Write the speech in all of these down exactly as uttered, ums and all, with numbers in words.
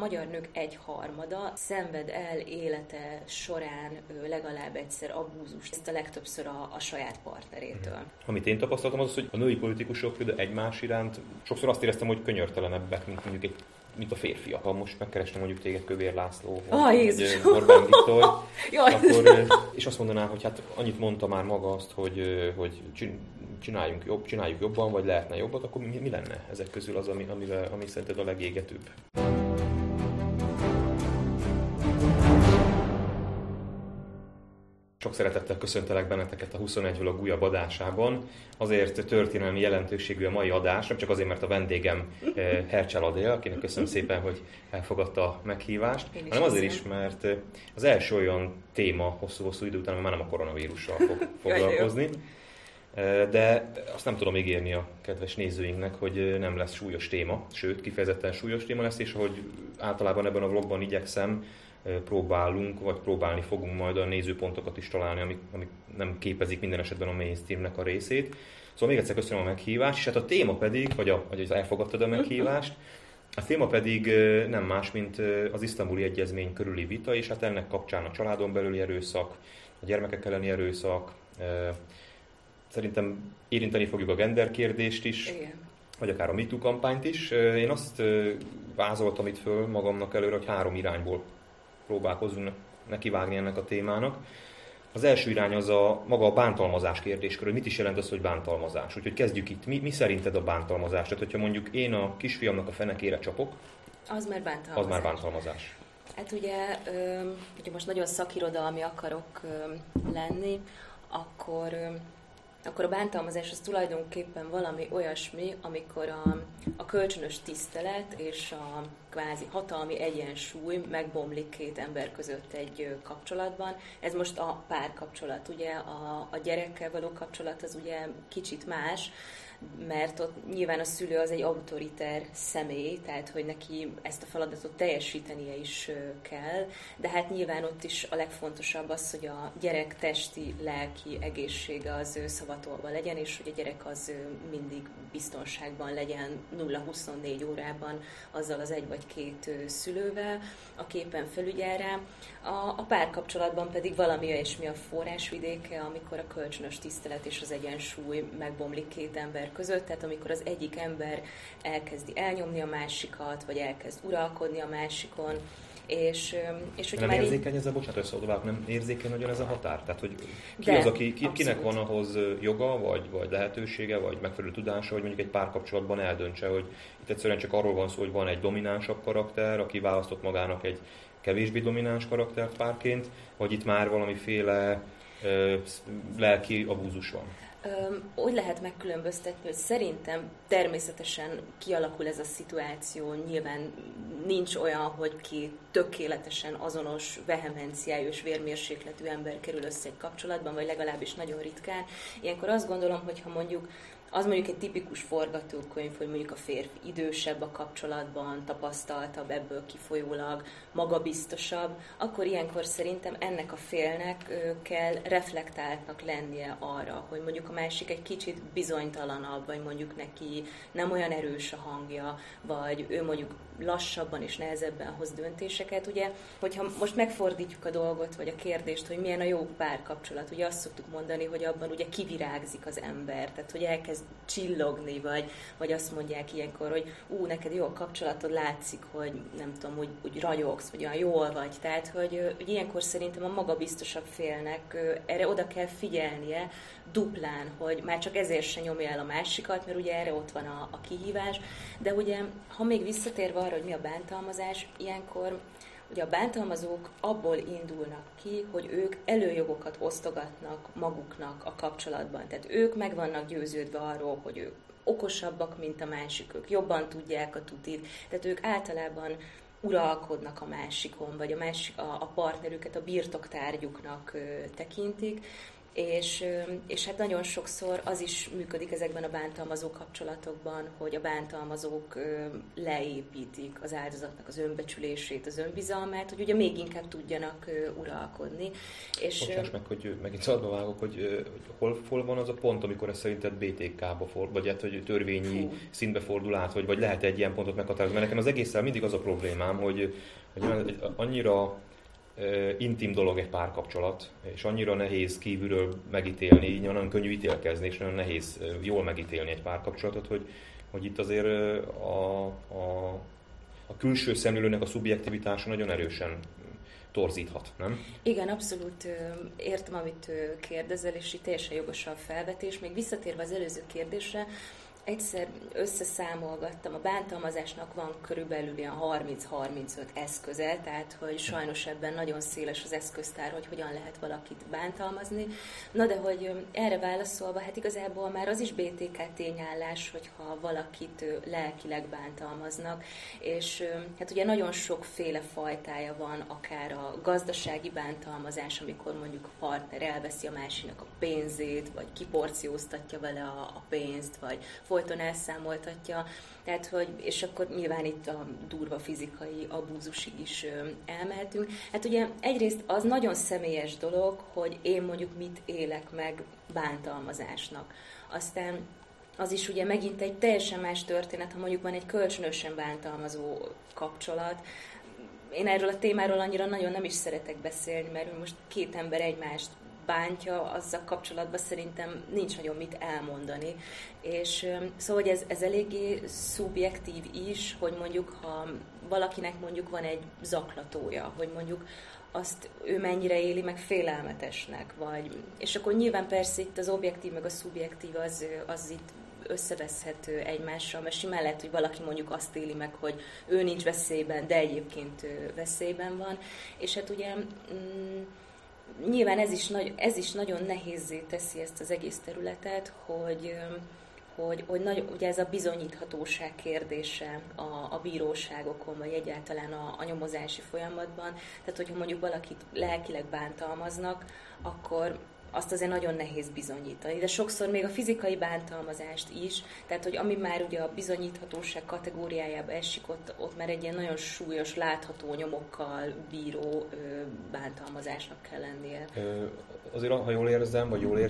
magyar nők egy harmada szenved el élete során legalább egyszer abúzust, ezt a legtöbbször a, a saját partnerétől. Amit én tapasztaltam az, hogy a női politikusok például egymás iránt sokszor azt éreztem, hogy könyörtelenebbek, mint mondjuk egy mint a férfiak. Ha most megkerestem mondjuk téged Kövér László, vagy oh, Orbán Viktor, akkor, és azt mondaná, hogy hát annyit mondta már maga azt, hogy, hogy csináljunk jobb, csináljuk jobban, vagy lehetne jobbat, akkor mi, mi lenne ezek közül az, ami, amivel, ami szerinted a legégetőbb? Sok szeretettel köszöntelek benneteket a huszonegy vlog újabb adásában. Azért történelmi jelentőségű a mai adás, nem csak azért, mert a vendégem Hercsel Adél, akinek köszönöm szépen, hogy elfogadta a meghívást, hanem azért is, mert az első olyan téma hosszú-hosszú idő után, már nem a koronavírussal fog foglalkozni. De azt nem tudom ígérni a kedves nézőinknek, hogy nem lesz súlyos téma, sőt, kifejezetten súlyos téma lesz, és ahogy általában ebben a vlogban igyekszem, próbálunk, vagy próbálni fogunk majd a nézőpontokat is találni, amik, amik nem képezik minden esetben a mainstreamnek a részét. Szóval még egyszer köszönöm a meghívást, és hát a téma pedig, vagy, a, vagy az elfogadtad a meghívást, a téma pedig nem más, mint az Isztambuli Egyezmény körüli vita, és hát ennek kapcsán a családon belüli erőszak, a gyermekek elleni erőszak, szerintem érinteni fogjuk a gender kérdést is, igen, vagy akár a MeToo kampányt is. Én azt vázoltam itt föl magamnak előre, hogy három irányból próbálkozunk nekivágni ennek a témának. Az első irány az a maga a bántalmazás kérdéskör, mit is jelent az, hogy bántalmazás. Úgyhogy kezdjük itt. Mi, mi szerinted a bántalmazás? Tehát, hogyha mondjuk én a kisfiamnak a fenekére csapok, az már bántalmazás. Az már bántalmazás. Hát ugye, hogyha most nagyon szakirodalmi akarok lenni, akkor... akkor a bántalmazás az tulajdonképpen valami olyasmi, amikor a, a kölcsönös tisztelet és a kvázi hatalmi egyensúly megbomlik két ember között egy kapcsolatban. Ez most a párkapcsolat, ugye a, a gyerekkel való kapcsolat az ugye kicsit más, mert ott nyilván a szülő az egy autoriter személy, tehát hogy neki ezt a feladatot teljesítenie is kell, de hát nyilván ott is a legfontosabb az, hogy a gyerek testi, lelki egészsége az szavatolva legyen, és hogy a gyerek az mindig biztonságban legyen nulla huszonnégy órában azzal az egy vagy két szülővel, a képen felügyel rá. A, a párkapcsolatban pedig valami olyasmi a forrásvidéke, amikor a kölcsönös tisztelet és az egyensúly megbomlik két ember között, tehát amikor az egyik ember elkezdi elnyomni a másikat, vagy elkezd uralkodni a másikon, és, és hogy nem már érzékeny így... ez a, bocsánat, összeadóválok, nem érzékeny nagyon ez a határ? Tehát, hogy ki De, az, aki, ki, kinek van ahhoz joga, vagy, vagy lehetősége, vagy megfelelő tudása, hogy mondjuk egy párkapcsolatban eldöntse, hogy itt egyszerűen csak arról van szó, hogy van egy dominánsabb karakter, aki választott magának egy kevésbé domináns karaktert párként, vagy itt már valamiféle ö, lelki abúzus van? Öm, úgy lehet megkülönböztetni, hogy szerintem természetesen kialakul ez a szituáció, nyilván nincs olyan, hogy ki tökéletesen azonos vehemenciájú és vérmérsékletű ember kerül össze egy kapcsolatban, vagy legalábbis nagyon ritkán. Ilyenkor azt gondolom, hogy ha mondjuk az mondjuk egy tipikus forgatókönyv, hogy mondjuk a férfi idősebb a kapcsolatban, tapasztaltabb, ebből kifolyólag magabiztosabb, akkor ilyenkor szerintem ennek a félnek kell reflektáltnak lennie arra, hogy mondjuk a másik egy kicsit bizonytalanabb, vagy mondjuk neki nem olyan erős a hangja, vagy ő mondjuk lassabban és nehezebben hoz döntéseket. Ugye, hogyha most megfordítjuk a dolgot, vagy a kérdést, hogy milyen a jó párkapcsolat, ugye azt szoktuk mondani, hogy abban ugye kivirágzik az ember, tehát hogy elkezd csillogni, vagy, vagy azt mondják ilyenkor, hogy ú, neked jó a kapcsolatod, látszik, hogy nem tudom, úgy, úgy ragyogsz, vagy olyan jól vagy. Tehát, hogy, hogy ilyenkor szerintem a magabiztosabb félnek erre oda kell figyelnie duplán, hogy már csak ezért se nyomja el a másikat, mert ugye erre ott van a, a kihívás. De ugye, ha még visszatérve arra, hogy mi a bántalmazás, ilyenkor ugye a bántalmazók abból indulnak ki, hogy ők előjogokat osztogatnak maguknak a kapcsolatban. Tehát ők meg vannak győződve arról, hogy ők okosabbak, mint a másik, ők jobban tudják a tutit. Tehát ők általában uralkodnak a másikon, vagy a, másik, a, a partnerüket a birtoktárgyuknak ö, tekintik. És, és hát nagyon sokszor az is működik ezekben a bántalmazó kapcsolatokban, hogy a bántalmazók leépítik az áldozatnak az önbecsülését, az önbizalmát, hogy ugye még inkább tudjanak uralkodni. És bocsáss meg, hogy megint szabadba vágok, hogy, hogy hol, hol van az a pont, amikor ez szerinted bé té ká-ba fordul, vagy hát, hogy törvényi Hú. szintbe fordul át, vagy, vagy lehet egy ilyen pontot meghatározni? Mert nekem az egészen mindig az a problémám, hogy, hogy annyira intim dolog egy párkapcsolat, és annyira nehéz kívülről megítélni, így nagyon könnyű ítélkezni, és nagyon nehéz jól megítélni egy párkapcsolatot, hogy, hogy itt azért a, a, a külső szemlélőnek a szubjektivitása nagyon erősen torzíthat, nem? Igen, abszolút értem, amit kérdezel, és itt teljesen jogos a felvetés. Még visszatérve az előző kérdésre, egyszer összeszámolgattam, a bántalmazásnak van körülbelül ilyen harminc-harmincöt eszköze, tehát hogy sajnos ebben nagyon széles az eszköztár, hogy hogyan lehet valakit bántalmazni. Na de hogy erre válaszolva, hát igazából már az is bé té ká tényállás, hogyha valakit lelkileg bántalmaznak, és hát ugye nagyon sokféle fajtája van, akár a gazdasági bántalmazás, amikor mondjuk a partner elveszi a másiknak a pénzét, vagy kiporcióztatja vele a, a pénzt, vagy folyton elszámoltatja, tehát, hogy, és akkor nyilván itt a durva fizikai abúzusig is elmehetünk. Hát ugye egyrészt az nagyon személyes dolog, hogy én mondjuk mit élek meg bántalmazásnak. Aztán az is ugye megint egy teljesen más történet, ha mondjuk van egy kölcsönösen bántalmazó kapcsolat. Én erről a témáról annyira nagyon nem is szeretek beszélni, mert most két ember egymást bántja, azzal kapcsolatban szerintem nincs nagyon mit elmondani. És szóval, hogy ez, ez eléggé szubjektív is, hogy mondjuk, ha valakinek mondjuk van egy zaklatója, hogy mondjuk azt ő mennyire éli meg félelmetesnek, vagy... És akkor nyilván persze itt az objektív meg a szubjektív az, az itt összeveszhető egymással, mert simán lehet, hogy valaki mondjuk azt éli meg, hogy ő nincs veszélyben, de egyébként veszélyben van. És hát ugye... Mm, nyilván ez is, nagy, ez is nagyon nehézzé teszi ezt az egész területet, hogy, hogy, hogy nagy, ugye ez a bizonyíthatóság kérdése a, a bíróságokon, vagy egyáltalán a, a nyomozási folyamatban. Tehát, hogyha mondjuk valakit lelkileg bántalmaznak, akkor azt azért nagyon nehéz bizonyítani. De sokszor még a fizikai bántalmazást is, tehát hogy ami már ugye a bizonyíthatóság kategóriájába esik, ott, ott már egy ilyen nagyon súlyos, látható nyomokkal bíró ö, bántalmazásnak kell lennie. Ö, azért, ha jól érzem, vagy jól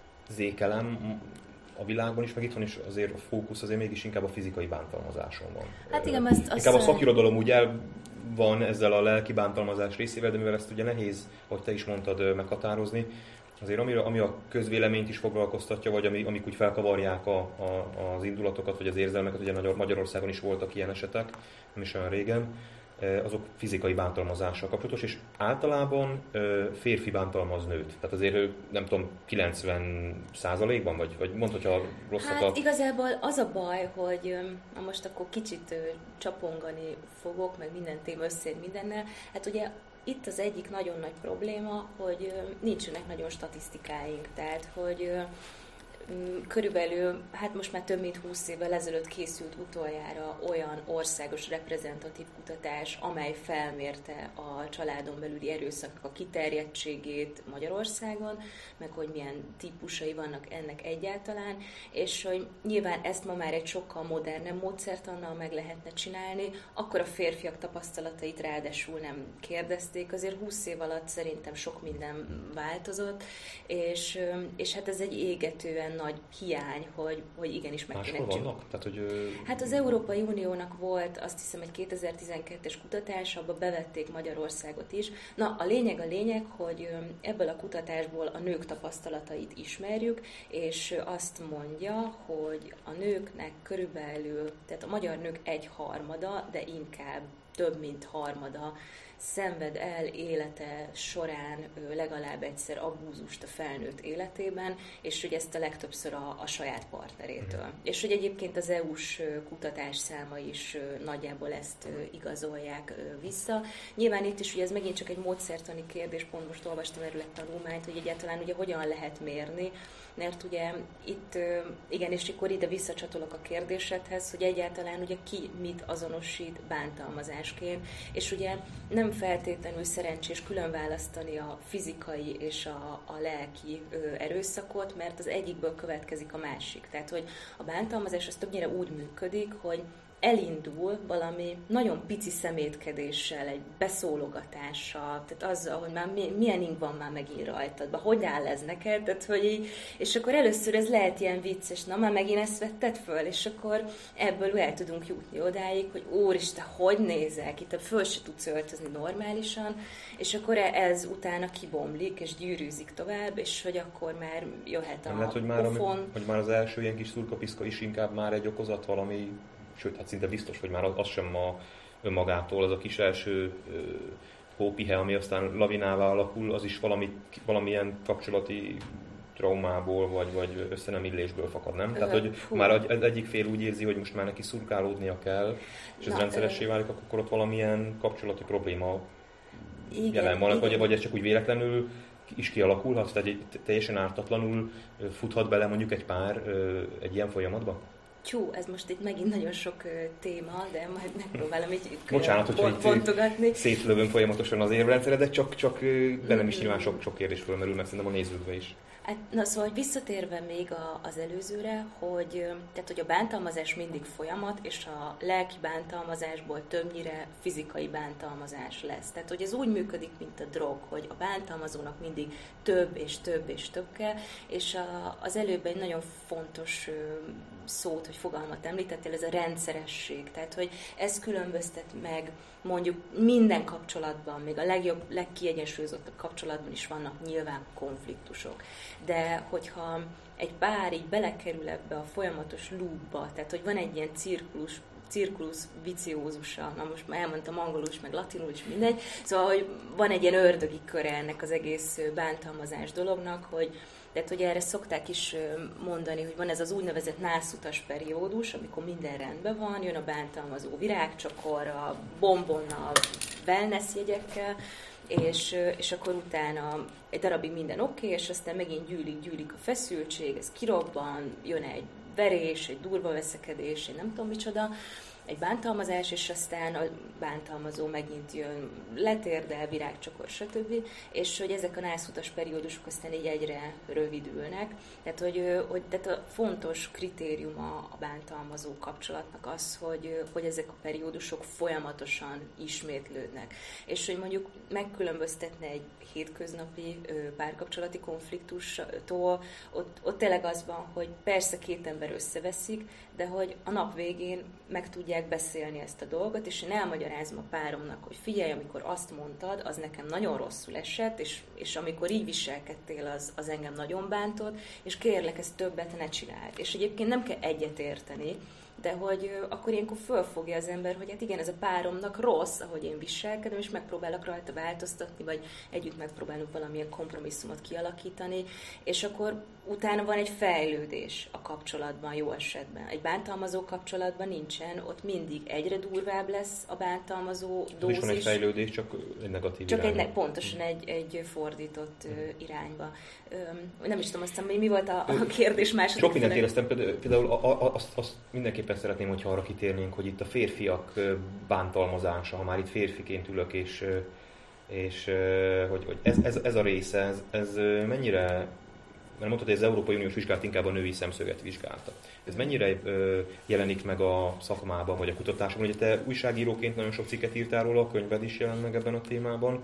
érzékelem, a világban is, meg itt van is azért a fókusz azért mégis inkább a fizikai bántalmazáson van. Hát igen, azt, azt inkább a szakirodalom úgy el van ezzel a lelki bántalmazás részével, de mivel ezt ugye nehéz, ahogy te is mondtad, meghatározni, azért ami, ami a közvéleményt is foglalkoztatja, vagy ami, amik úgy felkavarják a, a, az indulatokat, vagy az érzelmeket, ugye Magyarországon is voltak ilyen esetek, nem is olyan régen, azok fizikai bántalmazással kapcsolatos, és általában férfi bántalmaz nőt. Tehát azért nem tudom, kilencven százalékban, vagy, vagy mondd, hogyha rosszakat... Hát igazából az a baj, hogy most akkor kicsit csapongani fogok, meg minden téma összér mindennel, hát ugye itt az egyik nagyon nagy probléma, hogy nincsenek nagyon statisztikáink, tehát hogy körülbelül, hát most már több mint húsz évvel ezelőtt készült utoljára olyan országos reprezentatív kutatás, amely felmérte a családon belüli erőszaknak a kiterjedtségét Magyarországon, meg hogy milyen típusai vannak ennek egyáltalán, és hogy nyilván ezt ma már egy sokkal modernebb módszertannal meg lehetne csinálni, akkor a férfiak tapasztalatait ráadásul nem kérdezték, azért húsz év alatt szerintem sok minden változott, és, és hát ez egy égetően nagy hiány, hogy, hogy igenis meg kéne csinálni. Tehát, hogy... Hát az Európai Uniónak volt, azt hiszem, egy kétezer-tizenkettes kutatás, abba bevették Magyarországot is. Na, a lényeg a lényeg, hogy ebből a kutatásból a nők tapasztalatait ismerjük, és azt mondja, hogy a nőknek körülbelül, tehát a magyar nők egy harmada, de inkább több mint harmada szenved el élete során legalább egyszer abúzust a felnőtt életében, és hogy ezt a legtöbbször a, a saját partnerétől. Mm. És hogy egyébként az é u-s kutatás száma is nagyjából ezt igazolják vissza. Nyilván itt is ugye ez megint csak egy módszertani kérdés, pont most olvastam erről egy tanulmányt, hogy egyáltalán ugye hogyan lehet mérni, mert ugye itt, igen, és akkor ide visszacsatolok a kérdésedhez, hogy egyáltalán ugye ki mit azonosít bántalmazásnak. másként, és ugye nem feltétlenül szerencsés külön választani a fizikai és a, a lelki ö, erőszakot, mert az egyikből következik a másik. Tehát, hogy a bántalmazás az többnyire úgy működik, hogy elindul valami nagyon pici szemétkedéssel, egy beszólogatással, tehát azzal, hogy már milyen ing van már megint rajtad, hogy áll ez neked, tehát, hogy így, és akkor először ez lehet ilyen vicces, na már megint ezt vetted föl, és akkor ebből el tudunk jutni odáig, hogy úristen, hogy nézek, itt föl se tudsz öltözni normálisan, és akkor ez utána kibomlik, és gyűrűzik tovább, és hogy akkor már jöhet a nem lehet, hogy már, pofon. Ami, hogy már az első ilyen kis szurkapiszka is inkább már egy okozat valami, sőt, hát szinte biztos, hogy már az, az sem a önmagától, az a kis első ö, hópihe, ami aztán lavinává alakul, az is valami, valamilyen kapcsolati traumából, vagy, vagy összenemillésből fakad, nem? Tehát, hogy Hú. már az egyik fél úgy érzi, hogy most már neki szurkálódnia kell, és ez Na, rendszeressé válik, akkor ott valamilyen kapcsolati probléma igen, jelen van, vagy, vagy ez csak úgy véletlenül is kialakulhat, tehát teljesen ártatlanul futhat bele mondjuk egy pár egy ilyen folyamatba? Tyú, ez most itt megint nagyon sok uh, téma, de majd megpróbálom így Bocsánat, pont, pontogatni. Szétlövöm folyamatosan az érvrendszeret, de csak, csak uh, bennem is nyilván sok, sok kérdés fölmerül, meg szerintem a nézőkbe is. Hát, na szóval visszatérve még a, az előzőre, hogy, tehát, hogy a bántalmazás mindig folyamat, és a lelki bántalmazásból többnyire fizikai bántalmazás lesz. Tehát, hogy ez úgy működik, mint a drog, hogy a bántalmazónak mindig több és több és több kell, és a, az előbb egy nagyon fontos szót, hogy fogalmat említettél, ez a rendszeresség. Tehát, hogy ez különböztet meg mondjuk minden kapcsolatban, még a legjobb, legkiegyensúlyozottabb kapcsolatban is vannak nyilván konfliktusok. De hogyha egy pár így belekerül ebbe a folyamatos loopba, tehát hogy van egy ilyen cirkulus, cirkulus viciózusa, na most már elmondtam angolul is, meg latinul is, mindegy, szóval, hogy van egy ilyen ördögi köre ennek az egész bántalmazás dolognak, hogy tehát, hogy erre szokták is mondani, hogy van ez az úgynevezett nászutas periódus, amikor minden rendben van, jön a bántalmazó virágcsokorra, bombonnal, wellness jegyekkel, és, és akkor utána egy darabig minden oké, okay, és aztán megint gyűlik, gyűlik a feszültség, ez kirobban, jön egy verés, egy durva veszekedés, egy nem tudom micsoda, egy bántalmazás, és aztán a bántalmazó megint jön, letérdel, virágcsokor, stb. És hogy ezek a nászutas periódusok aztán így egyre rövidülnek. Tehát, hogy, hogy tehát a fontos kritérium a bántalmazó kapcsolatnak az, hogy, hogy ezek a periódusok folyamatosan ismétlődnek. És hogy mondjuk megkülönböztetne egy hétköznapi párkapcsolati konfliktustól, ott, ott tényleg az van, hogy persze két ember összeveszik, de hogy a nap végén meg tudják beszélni ezt a dolgot, és én elmagyarázom a páromnak, hogy figyelj, amikor azt mondtad, az nekem nagyon rosszul esett, és, és amikor így viselkedtél, az, az engem nagyon bántott, és kérlek, ezt többet ne csináld. És egyébként nem kell egyet érteni, de hogy akkor ilyenkor fölfogja az ember, hogy hát igen, ez a páromnak rossz, ahogy én viselkedem, és megpróbálok rajta változtatni, vagy együtt megpróbálunk valamilyen kompromisszumot kialakítani, és akkor utána van egy fejlődés a kapcsolatban, jó esetben. Egy bántalmazó kapcsolatban nincsen, ott mindig egyre durvább lesz a bántalmazó dózis. És van egy fejlődés, csak egy negatív csak irányba. Egy, pontosan egy, egy fordított hmm. irányba. Nem is tudom, aztán mi volt a, a kérdés második. Sok mindent éreztem, például azt, azt mindenképpen szeretném, hogyha arra kitérnénk, hogy itt a férfiak bántalmazása, ha már itt férfiként ülök, és, és hogy, hogy ez, ez, ez a része, ez, ez mennyire, mert mondtad, hogy az Európai Uniós vizsgálat inkább a női szemszöget vizsgálta. Ez mennyire jelenik meg a szakmában, vagy a kutatásban? Ugye te újságíróként nagyon sok cikket írtál róla, a könyved is jelent meg ebben a témában.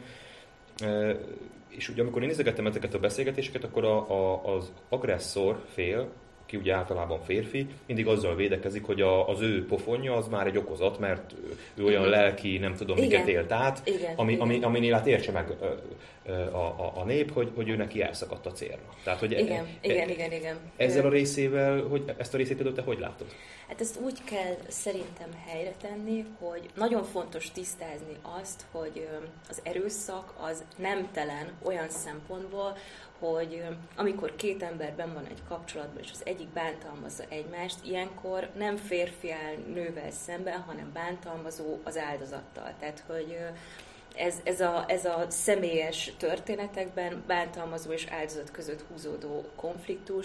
És ugye amikor én nézegettem ezeket a beszélgetéseket, akkor a, a, az agresszor fél, ki ugye általában férfi, mindig azzal védekezik, hogy a, az ő pofonja az már egy okozat, mert ő olyan lelki, nem tudom, igen. miket élt át, igen, ami, igen. ami, aminél át értse meg a, a, a nép, hogy, hogy ő neki elszakadt a célna. Tehát, hogy igen, e, igen, igen, igen. Ezzel a részével, hogy ezt a részét te hogy látod? Hát ezt úgy kell szerintem helyre tenni, hogy nagyon fontos tisztázni azt, hogy az erőszak az nemtelen olyan szempontból, hogy amikor két emberben van egy kapcsolatban, és az egyik bántalmazza egymást, ilyenkor nem férfi áll nővel szemben, hanem bántalmazó az áldozattal. Tehát, hogy ez, ez, a, ez a személyes történetekben bántalmazó és áldozat között húzódó konfliktus,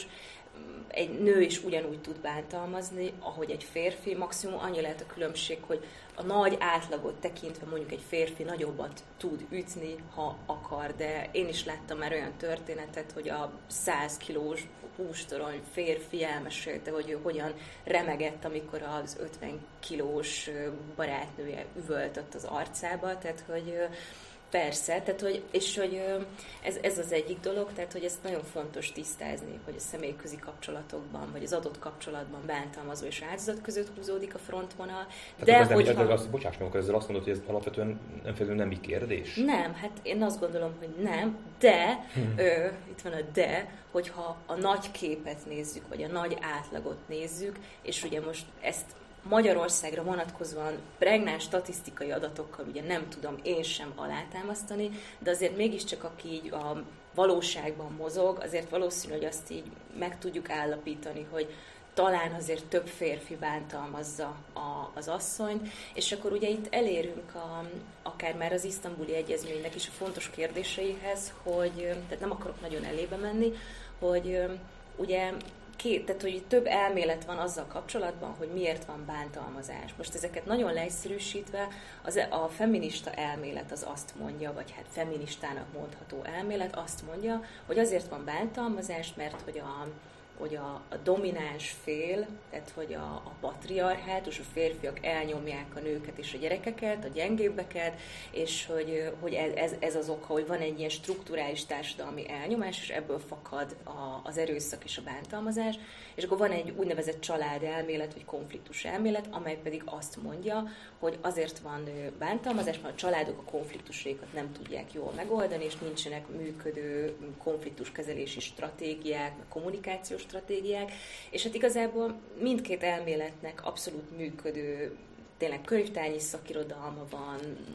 egy nő is ugyanúgy tud bántalmazni, ahogy egy férfi, maximum annyi lehet a különbség, hogy a nagy átlagot tekintve mondjuk egy férfi nagyobbat tud ütni, ha akar, de én is láttam már olyan történetet, hogy a száz kilós hústorony férfi elmesélte, hogy ő hogyan remegett, amikor az ötven kilós barátnője üvöltött az arcába, tehát hogy persze, tehát, hogy, és hogy ez, ez az egyik dolog, tehát hogy ezt nagyon fontos tisztázni, hogy a személyközi kapcsolatokban, vagy az adott kapcsolatban bántalmazó és áldozat között húzódik a frontvonal. Tehát de hogyha... Nem, azt, bocsáss meg, akkor ezzel azt mondod, hogy ez alapvetően nem feltétlenül nemi kérdés? Nem, hát én azt gondolom, hogy nem, de, ö, itt van a de, hogyha a nagy képet nézzük, vagy a nagy átlagot nézzük, és ugye most ezt Magyarországra vonatkozóan pregnáns statisztikai adatokkal ugye nem tudom én sem alátámasztani, de azért mégiscsak aki így a valóságban mozog, azért valószínű, hogy azt így meg tudjuk állapítani, hogy talán azért több férfi bántalmazza a, az asszonyt, és akkor ugye itt elérünk a, akár már az isztambuli egyezménynek is a fontos kérdéseihez, hogy, tehát nem akarok nagyon elébe menni, hogy ugye Két, tehát, hogy több elmélet van azzal kapcsolatban, hogy miért van bántalmazás. Most ezeket nagyon leegyszerűsítve, az, a feminista elmélet az azt mondja, vagy hát feministának mondható elmélet azt mondja, hogy azért van bántalmazás, mert hogy a, hogy a, a domináns fél, tehát hogy a, a patriarhátus, a férfiak elnyomják a nőket és a gyerekeket, a gyengébbeket, és hogy, hogy ez, ez az oka, hogy van egy ilyen strukturális társadalmi elnyomás, és ebből fakad a, az erőszak és a bántalmazás, és akkor van egy úgynevezett család elmélet, vagy konfliktus elmélet, amely pedig azt mondja, hogy azért van bántalmazás, mert a családok a konfliktusaikat nem tudják jól megoldani, és nincsenek működő konfliktuskezelési stratégiák, kommunikációs stratégiák, és hát igazából mindkét elméletnek abszolút működő, tényleg könyvtárnyi szakirodalma van.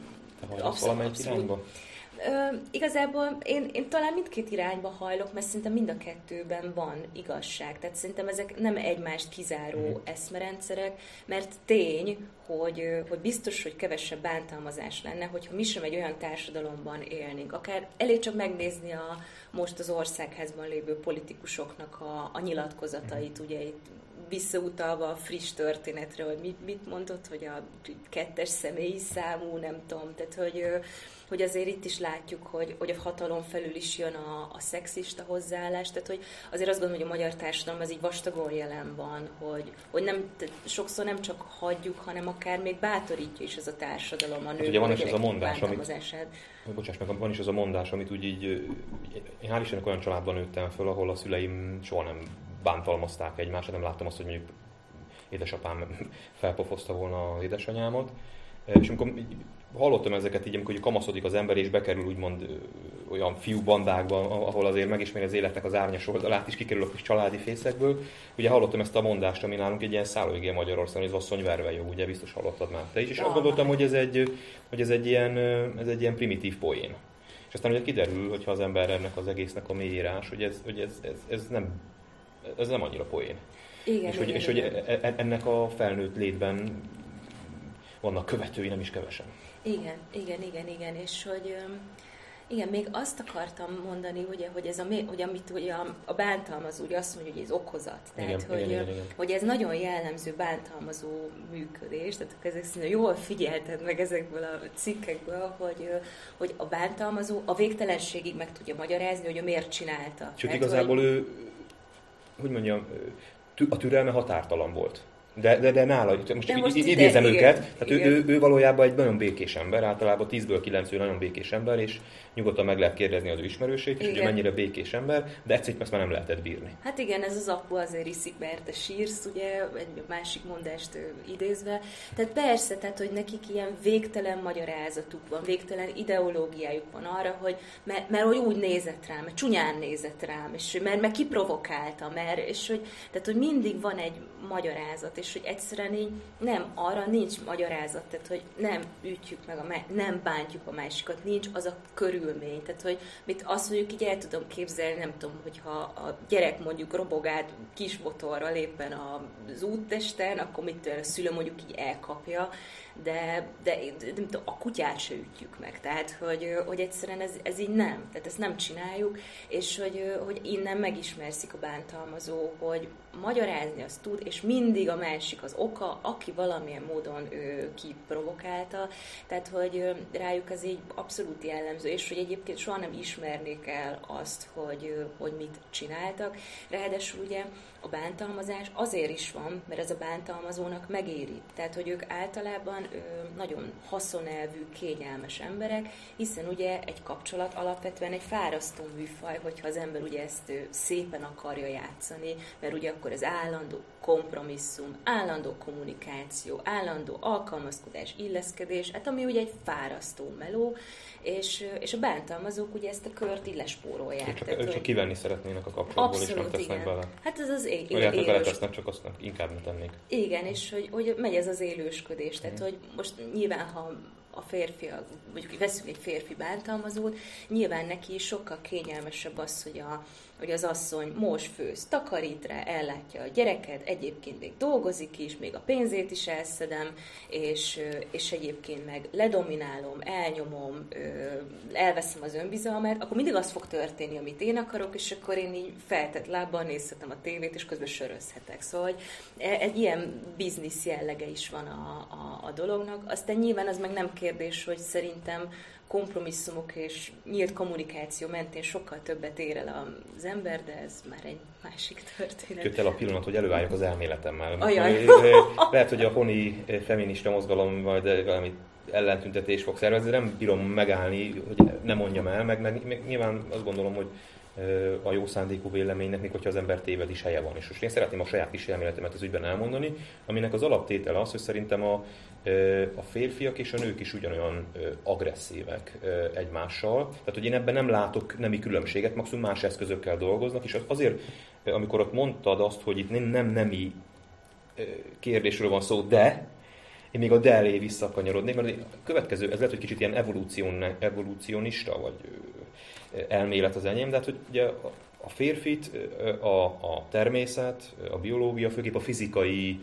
Te hajlasz valamelyik irányba? Ö, igazából én, én talán mindkét irányba hajlok, mert szerintem mind a kettőben van igazság. Tehát szerintem ezek nem egymást kizáró mm. eszmerendszerek, mert tény, hogy, hogy biztos, hogy kevesebb bántalmazás lenne, hogyha mi sem egy olyan társadalomban élnénk. Akár elég csak megnézni a most az országházban lévő politikusoknak a, a nyilatkozatait, ugye itt visszautalva a friss történetre, hogy mit, mit mondott, hogy a kettes személyi számú, nem tudom, tehát hogy, hogy azért itt is látjuk, hogy, hogy a hatalom felül is jön a, a szexista hozzáállás, tehát hogy azért azt gondolom, hogy a magyar társadalom az így vastagon jelen van, hogy, hogy nem, sokszor nem csak hagyjuk, hanem akár még bátorítja is ez a társadalom a nők, hát ugye van is az a mondás, amit, bocsáss meg, van is az a mondás, amit úgy így, én hál' Istennek olyan családban nőttem föl, ahol a szüleim soha nem bántalmazták egymást, nem láttam azt, hogy mondjuk édesapám felpofozta volna az édesanyámat. És amikor hallottam ezeket így, amikor kamaszodik az ember, és bekerül úgymond olyan fiúbandákban, ahol azért megismeri az életnek az árnyas oldalát, és kikerül a kis családi fészekből. Ugye hallottam ezt a mondást, ami nálunk egy ilyen szállóigé Magyarországon, hogy az asszony verve jó, ugye biztos hallottad már te is, és azt gondoltam, hogy ez egy, hogy ez egy, ilyen, ez egy ilyen primitív poén. És aztán ugye kiderül, hogyha az ember ennek az egésznek a mélyírás, hogy ez, hogy ez, ez, ez nem ez nem annyira poén. Igen, és, hogy, igen, és igen. hogy ennek a felnőtt létben vannak követői, nem is kevesen. Igen, igen, igen, igen, és hogy igen, még azt akartam mondani, ugye, hogy, ez a, hogy amit ugye a, a bántalmazó ugye azt mondja, hogy ez okozat. Tehát, igen, hogy, igen, igen, igen. hogy ez nagyon jellemző bántalmazó működés, tehát ezek szerint jól figyelted meg ezekből a cikkekből, hogy, hogy a bántalmazó a végtelenségig meg tudja magyarázni, hogy ő miért csinálta. Sőt, Tehát, igazából hogy... ő, hogy mondjam, a türelme határtalan volt. De, de, de nála, most, de most idézem ide, őket, igen, tehát igen. Ő, ő, ő valójában egy nagyon békés ember, általában tízből kilenc ő nagyon békés ember, és nyugodtan meg lehet kérdezni az ő ismerősét, és hogy ő mennyire békés ember, de egyszerűen ezt már nem lehetett bírni. Hát igen, ez az apu azért iszik, mert te sírsz, ugye, egy másik mondást idézve. Tehát persze, tehát, hogy nekik ilyen végtelen magyarázatuk van, végtelen ideológiájuk van arra, hogy mert, mert hogy úgy nézett rám, mert csúnyán nézett rám, és mert, mert kiprovokálta, mert, és hogy, tehát, hogy mindig van egy magyarázat, és és hogy egyszerűen így nem, arra nincs magyarázat, tehát hogy nem ütjük meg, a, nem bántjuk a másikat, nincs az a körülmény, tehát hogy mit azt mondjuk így el tudom képzelni, nem tudom, hogyha a gyerek mondjuk robogát kis motorral éppen az úttesten, akkor mit a szülő mondjuk így elkapja, de, de, de nem tudom, a kutyát se ütjük meg, tehát hogy, hogy egyszerűen ez, ez így nem, tehát ezt nem csináljuk, és hogy, hogy innen megismerszik a bántalmazó, hogy magyarázni azt tud, és mindig a másik az oka, aki valamilyen módon ő, kiprovokálta, tehát hogy rájuk ez így abszolút jellemző, és hogy egyébként soha nem ismernék el azt, hogy, hogy mit csináltak. Ráadásul ugye a bántalmazás azért is van, mert ez a bántalmazónak megéri. Tehát, hogy ők általában ö, nagyon haszonelvű, kényelmes emberek, hiszen ugye egy kapcsolat alapvetően egy fárasztó műfaj, hogyha az ember ugye ezt ö, szépen akarja játszani, mert ugye akkor az állandó kompromisszum, állandó kommunikáció, állandó alkalmazkodás, illeszkedés, hát ami ugye egy fárasztó meló, és, és a bántalmazók ugye ezt a kört így lespórolják. Csak, tehát, csak hogy... kivenni szeretnének a kapcsolatból, és nem tesznek bele. Hát ez az é- élős... élős... beletesznek, csak azt inkább ne tennék. Igen, és hogy, hogy megy ez az élősködés. Tehát, hogy most nyilván, ha a férfi, mondjuk veszünk egy férfi bántalmazót, nyilván neki sokkal kényelmesebb az, hogy, a, hogy az asszony most főz, takarít rá, ellátja a gyereket, egyébként még dolgozik is, még a pénzét is elszedem, és, és egyébként meg ledominálom, elnyomom, elveszem az önbizalmát, akkor mindig az fog történni, amit én akarok, és akkor én így feltett lábbal nézhetem a tévét, és közben sörözhetek. Szóval hogy egy ilyen biznisz jellege is van a, a, a dolognak. Aztán nyilván az meg nem kérdés, hogy szerintem kompromisszumok és nyílt kommunikáció mentén sokkal többet ér el az ember, de ez már egy másik történet. Jött el a pillanat, hogy előálljak az elméletemmel. Ajaj. Lehet, hogy a honi feminista mozgalom majd valami ellentüntetés fog szervezni, nem bírom megállni, hogy ne mondjam el, meg, meg nyilván azt gondolom, hogy a jó szándékú véleménynek, még hogyha az ember téved is helye van. És most én szeretném a saját kis elméletemet az ügyben elmondani, aminek az alaptétele az, hogy szerintem a, a férfiak és a nők is ugyanolyan agresszívek egymással. Tehát, hogy én ebben nem látok nemi különbséget, maximum más eszközökkel dolgoznak, és azért, amikor ott mondtad azt, hogy itt nem, nem nemi kérdésről van szó, de én még a de elé visszakanyarodnék, mert a következő, ez lehet, hogy kicsit ilyen evolúción, evolúcionista, vagy elmélet az enyém, de hát, hogy ugye a férfit, a, a természet, a biológia, főképp a fizikai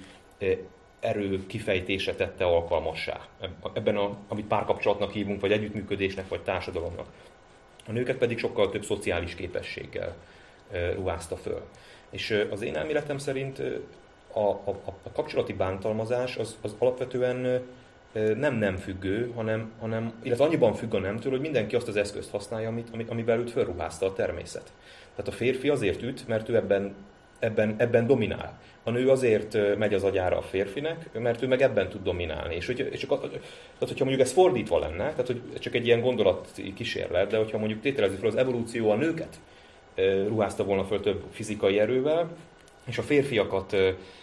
erő kifejtése tette alkalmassá. Ebben, a, amit párkapcsolatnak hívunk, vagy együttműködésnek, vagy társadalomnak. A nőket pedig sokkal több szociális képességgel ruházta föl. És az én elméletem szerint a, a, a kapcsolati bántalmazás az, az alapvetően nem nem függő, hanem, hanem, illetve annyiban függ a nemtől, hogy mindenki azt az eszközt használja, amit, amit, amivel őt felruházta a természet. Tehát a férfi azért üt, mert ő ebben, ebben, ebben dominál. A nő azért megy az agyára a férfinek, mert ő meg ebben tud dominálni. És, hogy, és csak, tehát, hogyha mondjuk ez fordítva lenne, tehát hogy csak egy ilyen gondolat kísérlet, de hogyha mondjuk tételezzük fel, az evolúció a nőket ruházta volna föl több fizikai erővel, és a férfiakat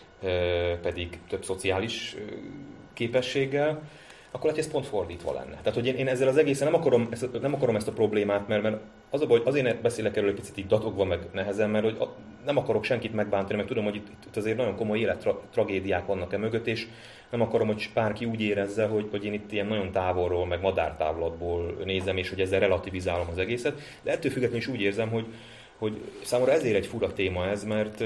pedig több szociális képességgel, akkor hát ez pont fordítva lenne. Tehát, hogy én, én ezzel az egészen nem akarom, ezt, nem akarom ezt a problémát, mert, mert az a baj, hogy azért beszélek erről egy picit így dadogva, meg nehezen, mert hogy a, nem akarok senkit megbántani, meg tudom, hogy itt, itt azért nagyon komoly élettragédiák vannak e mögött, és nem akarom, hogy bárki úgy érezze, hogy, hogy én itt ilyen nagyon távolról, meg madártávlatból nézem, és hogy ezzel relativizálom az egészet, de ettől függetlenül is úgy érzem, hogy, hogy számomra ezért egy fura téma ez, mert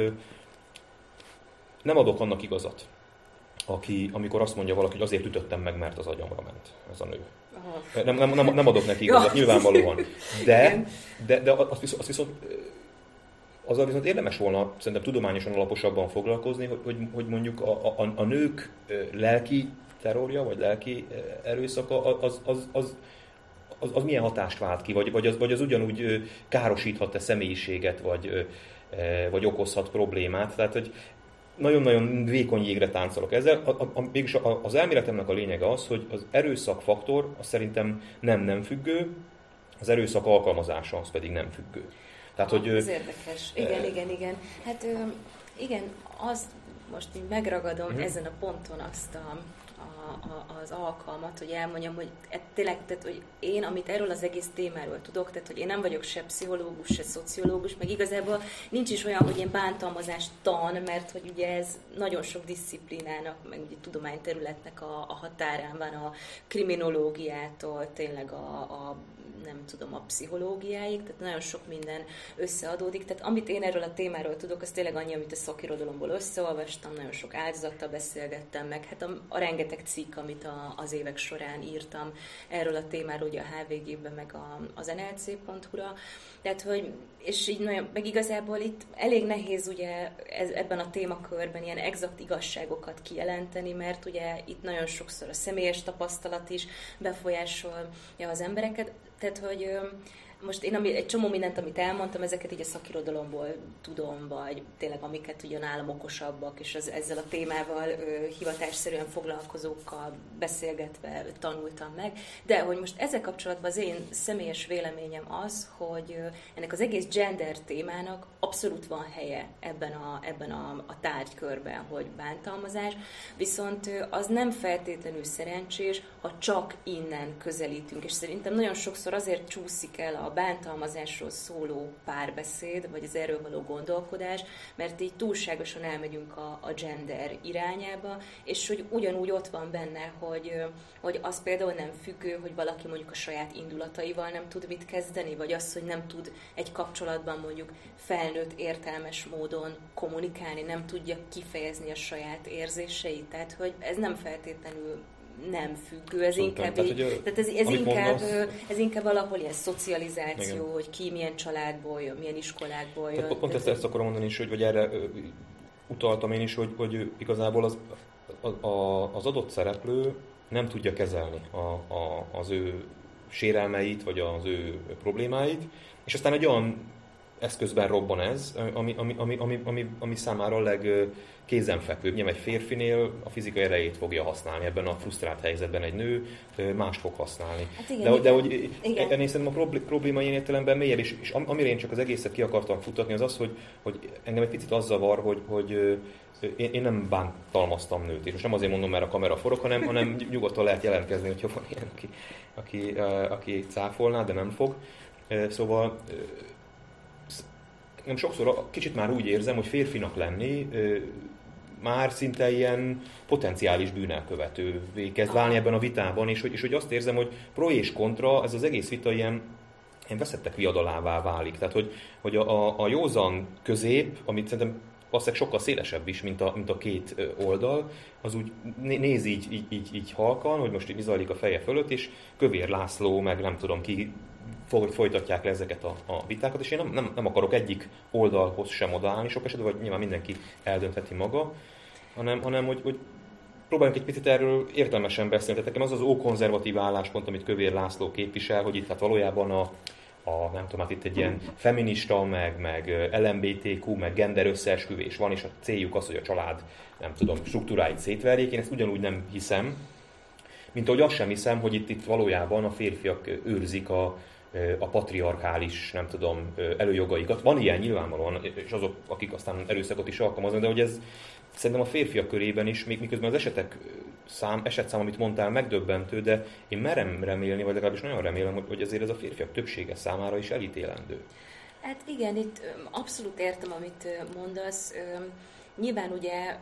nem adok annak igazat, aki, amikor azt mondja valaki, hogy azért ütöttem meg, mert az agyamra ment ez a nő. Nem, nem, nem, nem adok neki igazat, nyilvánvalóan. De, de, de azt, viszont, azt viszont azzal viszont érdemes volna szerintem tudományosan alaposabban foglalkozni, hogy, hogy, hogy mondjuk a, a, a nők lelki terrorja, vagy lelki erőszaka, az, az, az, az, az milyen hatást vált ki, vagy, vagy, az, vagy az ugyanúgy károsíthat-e személyiséget, vagy, vagy okozhat problémát. Tehát, hogy nagyon-nagyon vékony jégre táncolok ezzel. A, a, a, mégis az elméletemnek a lényege az, hogy az erőszakfaktor az szerintem nem-nem függő, az erőszak alkalmazása az pedig nem függő. Tehát, hogy, ez érdekes. Igen, e... igen, igen. Hát igen, azt most így megragadom uh-huh. ezen a ponton azt a, a, a, az alkalmat, hogy elmondjam, hogy e, tényleg, tehát, hogy én, amit erről az egész témáról tudok, tehát, hogy én nem vagyok se pszichológus, se szociológus, meg igazából nincs is olyan, hogy én bántalmazás tan, mert hogy ugye ez nagyon sok diszciplinának, meg ugye tudományterületnek a, a határán van, a kriminológiától, tényleg a, a nem tudom, a pszichológiáig, tehát nagyon sok minden összeadódik. Tehát amit én erről a témáról tudok, az tényleg annyi, amit a szakirodalomból összeolvastam, nagyon sok áldozattal beszélgettem meg, hát a, a rengeteg cikk, amit a, az évek során írtam erről a témáról, ugye a há vé gé-ben, meg a, az en el cé pont hu-ra. Tehát, hogy, és így nagyon, meg igazából itt elég nehéz ugye ez, ebben a témakörben ilyen exakt igazságokat kijelenteni, mert ugye itt nagyon sokszor a személyes tapasztalat is befolyásolja az embereket. Tehát, hogy most én ami, egy csomó mindent, amit elmondtam, ezeket így a szakirodalomból tudom, vagy tényleg amiket ugye nálam okosabbak, és az, ezzel a témával ö, hivatásszerűen foglalkozókkal beszélgetve tanultam meg. De hogy most ezzel kapcsolatban az én személyes véleményem az, hogy ö, ennek az egész gender témának abszolút van helye ebben a, ebben a, a tárgykörben, hogy bántalmazás, viszont ö, az nem feltétlenül szerencsés, ha csak innen közelítünk, és szerintem nagyon sokszor azért csúszik el a bántalmazásról szóló párbeszéd, vagy az erről való gondolkodás, mert így túlságosan elmegyünk a, a gender irányába, és hogy ugyanúgy ott van benne, hogy, hogy az például nem függő, hogy valaki mondjuk a saját indulataival nem tud mit kezdeni, vagy az, hogy nem tud egy kapcsolatban mondjuk felnőtt értelmes módon kommunikálni, nem tudja kifejezni a saját érzéseit, tehát hogy ez nem feltétlenül nem függő, ez inkább, tehát, így, tehát ez, ez, inkább ez inkább valahol ilyen szocializáció, igen, hogy ki milyen családból jön, milyen iskolákból jön. Tehát pont ezt, ezt akarom mondani is, hogy, hogy erre utaltam én is, hogy, hogy igazából az, a, a, az adott szereplő nem tudja kezelni a, a, az ő sérelmeit, vagy az ő problémáit, és aztán egy olyan eszközben robban ez, ami, ami, ami, ami, ami, ami számára a legkézenfekvőbb. Nyilván egy férfinél a fizikai erejét fogja használni, ebben a frusztrált helyzetben egy nő mást fog használni. Hát igen, de, de hogy ennél szerintem a probléma ilyen értelemben mélyebb, és, és amire én csak az egészet ki akartam futatni, az az, hogy, hogy engem egy picit az zavar, hogy, hogy én, én nem bántalmaztam nőt, és most nem azért mondom, mert a kamera forog, hanem, hanem nyugodtan lehet jelentkezni, hogyha van ilyen, aki, aki, aki cáfolná, de nem fog. Szóval én sokszor kicsit már úgy érzem, hogy férfinak lenni már szinte ilyen potenciális bűnelkövetővé kezd válni ebben a vitában, és hogy, és hogy azt érzem, hogy pro és kontra, ez az egész vita ilyen, ilyen veszettek viadalává válik. Tehát, hogy, hogy a, a józan közép, amit szerintem valószínűleg sokkal szélesebb is, mint a, mint a két oldal, az úgy néz így, így, így, így halkan, hogy most így zajlik a feje fölött, és Kövér László, meg nem tudom ki, folytatják le ezeket a, a vitákat, és én nem, nem, nem akarok egyik oldalhoz sem odaállni sok esetben, vagy nyilván mindenki eldöntheti maga, hanem, hanem hogy, hogy próbáljunk egy picit erről értelmesen beszélni. Tehát nekem az az ókonzervatív álláspont, amit Kövér László képvisel, hogy itt hát valójában a, a nem tudom, hát itt egy ilyen feminista, meg, meg el em bé té kú, meg gender összeesküvés van, és a céljuk az, hogy a család, nem tudom, struktúráit szétverjék. Én ezt ugyanúgy nem hiszem, mint ahogy azt sem hiszem, hogy itt, itt valójában a férfiak őrzik a a patriarchális, nem tudom, előjogaikat. Van ilyen nyilvánvalóan, és azok, akik aztán erőszakot is alkalmaznak, de hogy ez szerintem a férfiak körében is, még miközben az esetek szám, esetszám, amit mondtál, megdöbbentő, de én merem remélni, vagy legalábbis nagyon remélem, hogy, hogy azért ez a férfiak többsége számára is elítélendő. Hát igen, itt abszolút értem, amit mondasz. Nyilván ugye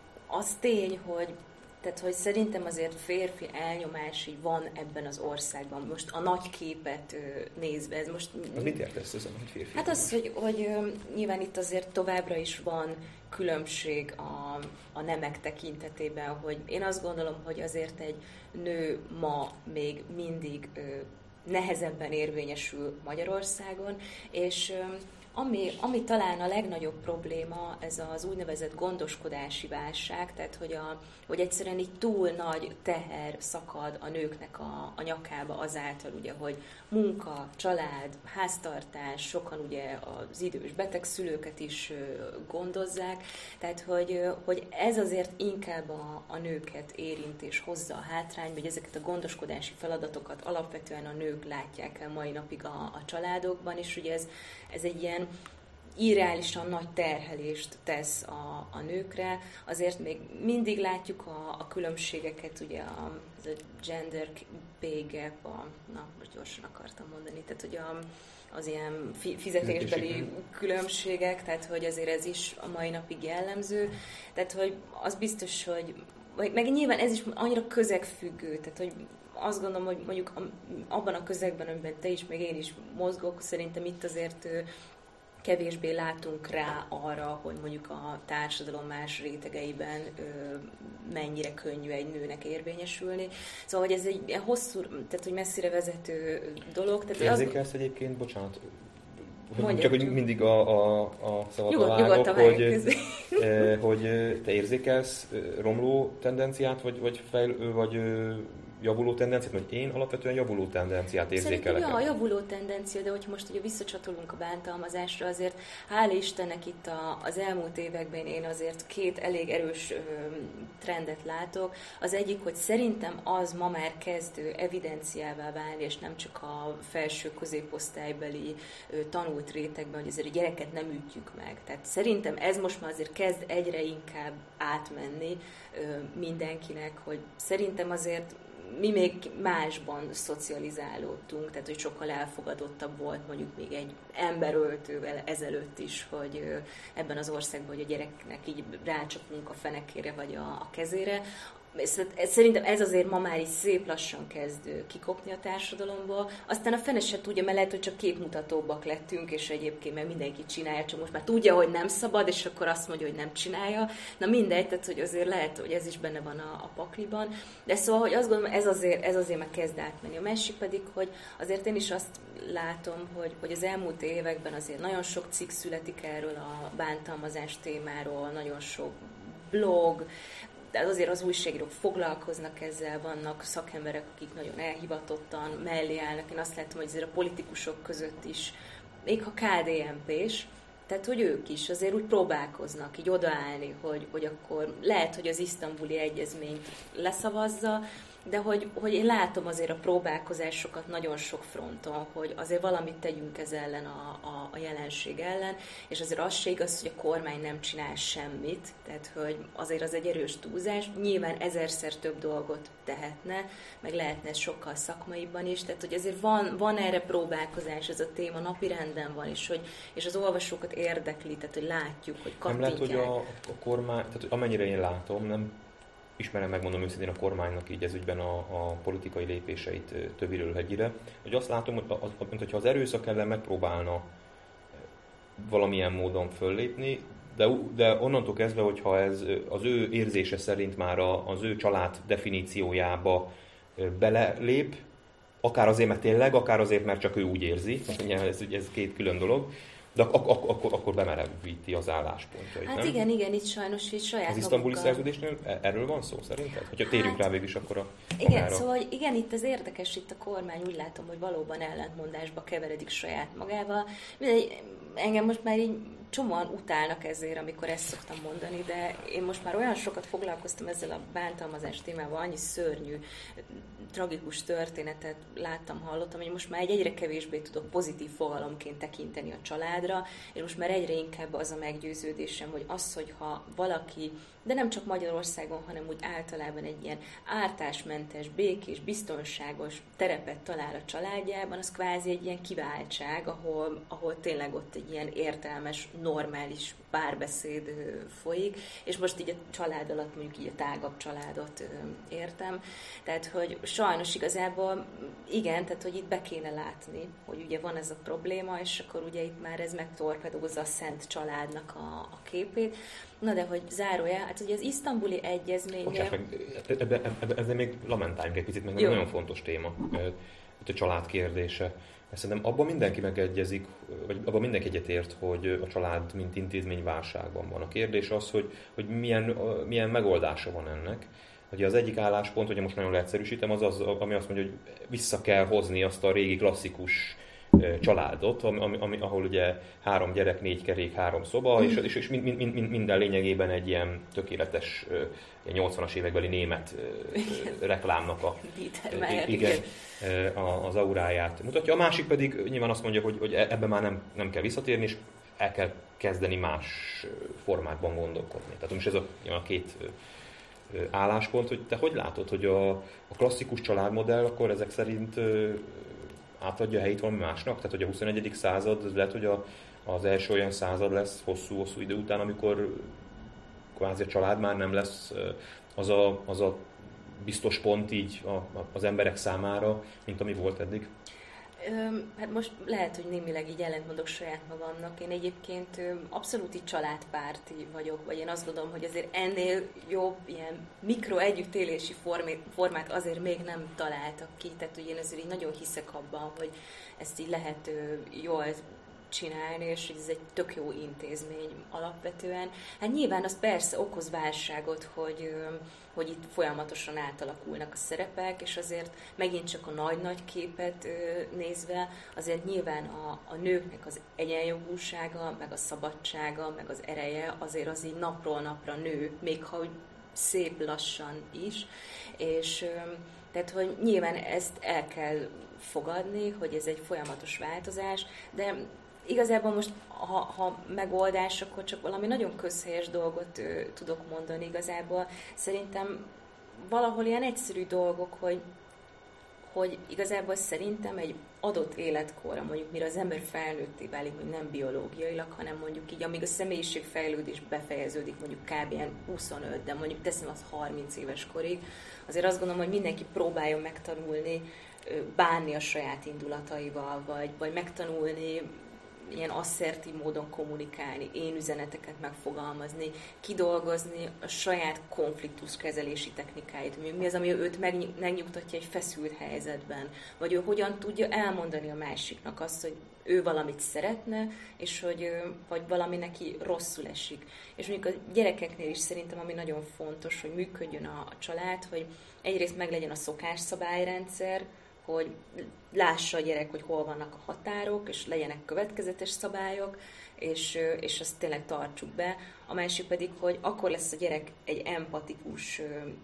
az tény, hogy Tehát, hogy szerintem azért férfi elnyomás így van ebben az országban. Most a nagy képet nézve. Ez most... Az mit értesz ezen, hogy férfi? Hát az, hogy, hogy nyilván itt azért továbbra is van különbség a, a nemek tekintetében, hogy én azt gondolom, hogy azért egy nő ma még mindig nehezebben érvényesül Magyarországon, és Ami, ami talán a legnagyobb probléma, ez az úgynevezett gondoskodási válság, tehát hogy, a, hogy egyszerűen így túl nagy teher szakad a nőknek a, a nyakába azáltal, ugye, hogy munka, család, háztartás, sokan ugye az idős beteg szülőket is gondozzák, tehát hogy, hogy ez azért inkább a, a nőket érint és hozza a hátrányba, hogy ezeket a gondoskodási feladatokat alapvetően a nők látják el mai napig a, a családokban, és ugye ez, ez egy ilyen irreálisan nagy terhelést tesz a, a nőkre. Azért még mindig látjuk a, a különbségeket, ugye a, a gender pay gap, a, na most gyorsan akartam mondani, tehát hogy a, az ilyen fizetésbeli különbségek, tehát hogy azért ez is a mai napig jellemző. Tehát hogy az biztos, hogy meg nyilván ez is annyira közegfüggő, tehát hogy azt gondolom, hogy mondjuk abban a közegben, amiben te is, meg én is mozgok, szerintem itt azért kevésbé látunk rá arra, hogy mondjuk a társadalom más rétegeiben mennyire könnyű egy nőnek érvényesülni. Szóval, hogy ez egy ilyen hosszú, tehát hogy messzire vezető dolog. Érzékelsz az... egyébként, bocsánat, Mondjad, csak hogy mindig a, a, a szavat vágok, hogy, eh, hogy te érzékelsz romló tendenciát, vagy, vagy, fejl, vagy javuló tendenciát, vagy én alapvetően javuló tendenciát érzékelek. Szerintem ja, a javuló tendencia, de hogyha most ugye visszacsatolunk a bántalmazásra, azért hál' Istennek itt a, az elmúlt években én azért két elég erős ö, trendet látok. Az egyik, hogy szerintem az ma már kezdő evidenciává válni, és nem csak a felső középosztálybeli ö, tanult rétegben, hogy azért a gyereket nem ütjük meg. Tehát szerintem ez most már azért kezd egyre inkább átmenni ö, mindenkinek, hogy szerintem azért mi még másban szocializálódtunk, tehát hogy sokkal elfogadottabb volt mondjuk még egy emberöltővel ezelőtt is, hogy ebben az országban, hogy a gyereknek így rácsapunk a fenekére vagy a, a kezére. Szerintem ez azért ma már is szép lassan kezd kikopni a társadalomból. Aztán a fene se tudja, mert lehet, hogy csak képmutatóbbak lettünk, és egyébként meg mindenki csinálja, csak most már tudja, hogy nem szabad, és akkor azt mondja, hogy nem csinálja. Na mindegy, tehát hogy azért lehet, hogy ez is benne van a, a pakliban. De szóval, hogy azt gondolom, ez azért, ez azért már kezd átmenni. A másik pedig, hogy azért én is azt látom, hogy, hogy az elmúlt években azért nagyon sok cikk születik erről a bántalmazás témáról, nagyon sok blog, de azért az újságírók foglalkoznak ezzel, vannak szakemberek, akik nagyon elhivatottan mellé állnak. Én azt látom, hogy azért a politikusok között is, még ha ká dé en pés, tehát hogy ők is azért úgy próbálkoznak így odaállni, hogy, hogy akkor lehet, hogy az isztambuli egyezményt leszavazza, de hogy, hogy én látom azért a próbálkozásokat nagyon sok fronton, hogy azért valamit tegyünk ez ellen a, a, a jelenség ellen, és azért az se igaz, hogy a kormány nem csinál semmit, tehát hogy azért az egy erős túlzás, nyilván ezerszer több dolgot tehetne, meg lehetne ez sokkal szakmaiban is, tehát hogy azért van, van erre próbálkozás, ez a téma napirenden van, és, hogy, és az olvasókat érdekli, tehát hogy látjuk, hogy kattintják. Nem lehet, hogy a, a kormány, tehát amennyire én látom, nem ismerem, megmondom őszintén a kormánynak így ez ügyben a, a politikai lépéseit többiről hegyire, hogy azt látom, hogy az, mintha az erőszak ellen megpróbálna valamilyen módon föllépni, de, de onnantól kezdve, hogyha ez az ő érzése szerint már a, az ő család definíciójába belelép, akár azért, mert tényleg, akár azért, mert csak ő úgy érzi, ez, ez két külön dolog, de ak- ak- akkor, akkor bemerevíti az álláspontjait, Hát nem? igen, igen, itt sajnos így saját Az isztambuli magukkal... szerződésnél erről van szó szerinted? Hogyha térjünk hát, rá végül is akkor a Igen, magára. szóval igen, itt az érdekes, itt a kormány úgy látom, hogy valóban ellentmondásba keveredik saját magával. Mindegy, engem most már így csomóan utálnak ezért, amikor ezt szoktam mondani, de én most már olyan sokat foglalkoztam ezzel a bántalmazás témával, annyi szörnyű, tragikus történetet láttam, hallottam, hogy most már egy egyre kevésbé tudok pozitív fogalomként tekinteni a családra, és most már egyre inkább az a meggyőződésem, hogy az, hogyha valaki, de nem csak Magyarországon, hanem úgy általában egy ilyen ártásmentes, békés, biztonságos terepet talál a családjában, az kvázi egy ilyen kiváltság, ahol, ahol tényleg ott egy ilyen értelmes, normális párbeszéd folyik, és most így a család alatt mondjuk így a tágabb családot értem. Tehát, hogy sajnos igazából igen, tehát, hogy itt be kéne látni, hogy ugye van ez a probléma, és akkor ugye itt már ez megtorpedózza a szent családnak a, a képét. Na de hogy zárójel, hát ugye az isztambuli egyezménynél... Ebben ebbe, ebbe még lamentáljunk egy picit, meg jó. Nagyon fontos téma, itt a család kérdése. Szerintem abban mindenki megegyezik, vagy abban mindenki egyetért, hogy a család mint intézmény válságban van. A kérdés az, hogy, hogy milyen, milyen megoldása van ennek. Ugye az egyik álláspont, hogy most nagyon leegyszerűsítem, az az, ami azt mondja, hogy vissza kell hozni azt a régi klasszikus családot, ami, ami, ahol ugye három gyerek, négy kerék, három szoba, mm. és, és, és mind, mind, minden lényegében egy ilyen tökéletes ilyen nyolcvanas évekbeli német reklámnak a, Meyer, igen, az auráját mutatja. A másik pedig nyilván azt mondja, hogy, hogy ebben már nem, nem kell visszatérni, és el kell kezdeni más formákban gondolkodni. Tehát most ez a, a két álláspont, hogy te hogy látod, hogy a, a klasszikus családmodell akkor ezek szerint átadja a helyét valami másnak? Tehát, hogy a huszonegyedik század, az lehet, hogy a, az első olyan század lesz hosszú-hosszú idő után, amikor kvázi a család már nem lesz az a, az a biztos pont így a, az emberek számára, mint ami volt eddig? Hát most lehet, hogy némileg így ellentmondok saját magamnak. Én egyébként abszolút így családpárti vagyok, vagy én azt gondolom, hogy azért ennél jobb ilyen mikro együttélési formát azért még nem találtak ki. Tehát ugye én azért így nagyon hiszek abban, hogy ezt így lehet jól csinálni, és ez egy tök jó intézmény alapvetően. Hát nyilván az persze okoz válságot, hogy, hogy itt folyamatosan átalakulnak a szerepek, és azért megint csak a nagy-nagy képet nézve, azért nyilván a, a nőknek az egyenjogúsága, meg a szabadsága, meg az ereje azért az így napról napra nő, még ha szép lassan is, és tehát, hogy nyilván ezt el kell fogadni, hogy ez egy folyamatos változás, de igazából most, ha, ha megoldás, akkor csak valami nagyon közhelyes dolgot ö, tudok mondani igazából. Szerintem valahol ilyen egyszerű dolgok, hogy, hogy igazából szerintem egy adott életkorra, mondjuk mire az ember felnőtté válik, hogy nem biológiailag, hanem mondjuk így, amíg a személyiségfejlődés befejeződik, mondjuk kb. Ilyen huszonöt, de mondjuk teszem az harminc éves korig, azért azt gondolom, hogy mindenki próbáljon megtanulni, ö, bánni a saját indulataival, vagy, vagy megtanulni ilyen asszertív módon kommunikálni, én üzeneteket megfogalmazni, kidolgozni a saját konfliktuskezelési technikáit. Mi az, ami őt megnyugtatja egy feszült helyzetben, vagy ő hogyan tudja elmondani a másiknak azt, hogy ő valamit szeretne, és hogy vagy valami neki rosszul esik. És mondjuk a gyerekeknél is szerintem, ami nagyon fontos, hogy működjön a, a család, hogy egyrészt meglegyen a szokásszabályrendszer, hogy lássa a gyerek, hogy hol vannak a határok, és legyenek következetes szabályok, és, és azt tényleg tartsuk be. A másik pedig, hogy akkor lesz a gyerek egy empatikus,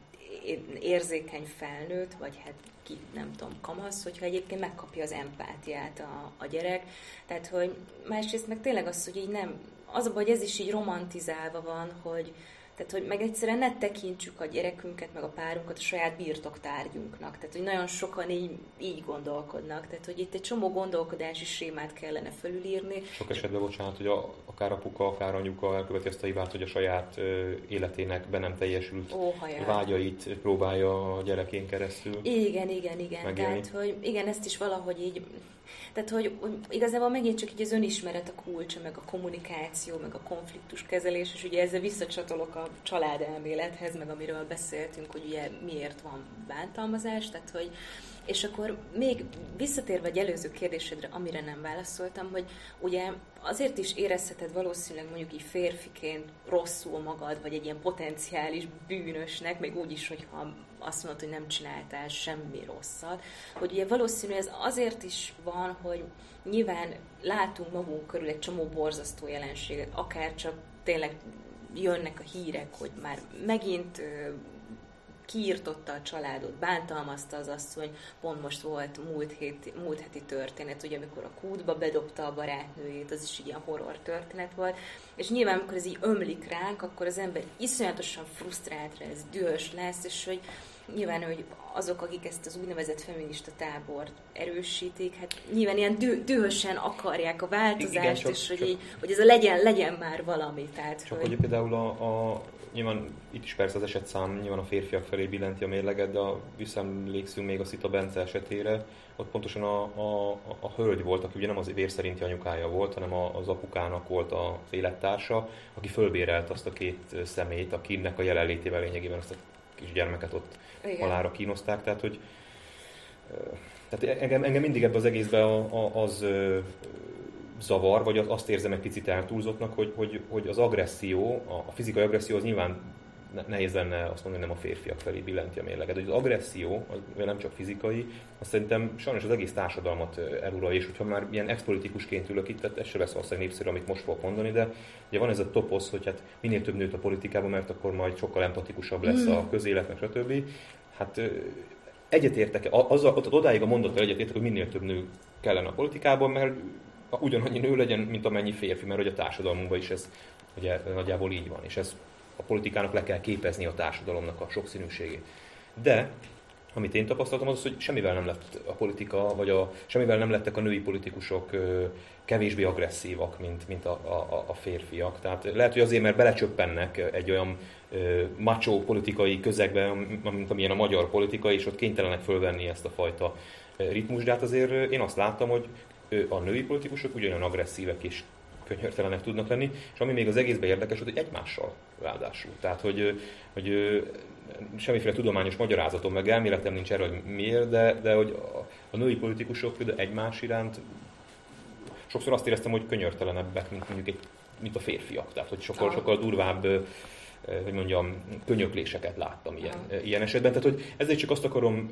érzékeny felnőtt, vagy hát ki, nem tudom, kamasz, hogyha egyébként megkapja az empátiát a, a gyerek. Tehát, hogy másrészt meg tényleg az, hogy így nem, az a baj, hogy ez is így romantizálva van, hogy tehát, hogy meg egyszerűen ne tekintsük a gyerekünket, meg a párunkat a saját birtoktárgyunknak. Tehát, hogy nagyon sokan így, így gondolkodnak. Tehát, hogy itt egy csomó gondolkodási sémát kellene fölülírni. Sok esetben, bocsánat, hogy a, akár apuka, akár anyuka elköveti azt a hibát, hogy a saját ö, életének be nem teljesült Óhaján. vágyait próbálja a gyerekén keresztül. Igen, igen, igen. Megélni. Tehát, hogy igen, ezt is valahogy így... Tehát, hogy igazából megint csak így az önismeret a kulcsa, meg a kommunikáció, meg a konfliktuskezelés, és ugye ezzel visszacsatolok a családelmélethez, meg amiről beszéltünk, hogy ugye miért van bántalmazás, tehát, hogy és akkor még visszatérve egy előző kérdésedre, amire nem válaszoltam, hogy ugye azért is érezheted valószínűleg mondjuk így férfiként rosszul magad, vagy egy ilyen potenciális bűnösnek, még úgy is, hogyha azt mondod, hogy nem csináltál semmi rosszat, hogy ugye valószínű ez azért is van, hogy nyilván látunk magunk körül egy csomó borzasztó jelenséget, akár csak tényleg jönnek a hírek, hogy már megint kiirtotta a családot, bántalmazta az asszony, pont most volt múlt, hét, múlt heti történet, ugye amikor a kútba bedobta a barátnőjét, az is ilyen horror történet volt, és nyilván amikor ez így ömlik ránk, akkor az ember iszonyatosan frusztrált lesz, dühös lesz, és hogy nyilván, hogy azok, akik ezt az úgynevezett feminista tábort erősítik, hát nyilván ilyen dü- dühösen akarják a változást, igen, csak, és hogy, csak, így, hogy ez a legyen, legyen már valami. Tehát, csak hogy, hogy például a, a, nyilván itt is persze az esetszám nyilván a férfiak felé billenti a mérleget, de a, visszaemlékszünk még a Szita Bence esetére, ott pontosan a, a, a, a hölgy volt, aki ugye nem az vér szerinti anyukája volt, hanem a, az apukának volt az élettársa, aki fölbérelt azt a két szemét, akinek a jelenlétével lényegében azt a kisgyermeket ott halálra kínozták, tehát hogy tehát engem, engem mindig ebben az egészben az zavar, vagy azt érzem egy picit eltúlzottnak, hogy, hogy, hogy az agresszió, a fizikai agresszió az nyilván nehéz lenne azt mondani, hogy nem a férfiak felé billenti a mérleget. Az agresszió, az nem csak fizikai, azt szerintem sajnos az egész társadalmat eluralja, és hogyha már ilyen expolitikusként ülök itt, tehát ez se lesz valószínűleg népszerű, amit most fogok mondani, de ugye van ez a toposz, hogy hát minél több nőt a politikában, mert akkor majd sokkal empatikusabb lesz a közélet, meg stb. Hát egyetértek, azzal, odáig a mondattal egyetértek, hogy minél több nő kellene a politikában, mert ugyanannyi nő legyen, mint amennyi férfi, mert hogy a társadalmunkban is ez ugye nagyjából így van, és ez a politikának le kell képezni a társadalomnak a sokszínűségét. De amit én tapasztaltam, az az, hogy semmivel nem lett a politika, vagy a, semmivel nem lettek a női politikusok ö, kevésbé agresszívak, mint, mint a, a, a férfiak. Tehát lehet, hogy azért, mert belecsöppennek egy olyan ö, macho politikai közegbe, mint amilyen a magyar politika, és ott kénytelenek fölvenni ezt a fajta ritmus. De hát azért én azt láttam, hogy a női politikusok ugyanolyan agresszívek és könyörtelenek tudnak lenni, és ami még az egészben érdekes, hogy egymással ráadásul. Tehát, hogy, hogy semmiféle tudományos magyarázatom, meg elméletem nincs erre, hogy miért, de, de hogy a, a női politikusok például egymás iránt sokszor azt éreztem, hogy könyörtelenebbek, mint mondjuk egy, mint a férfiak. Tehát, hogy sokkal, sokkal durvább, hogy mondjam, könyökléseket láttam ilyen, ilyen esetben. Tehát, hogy ezért csak azt akarom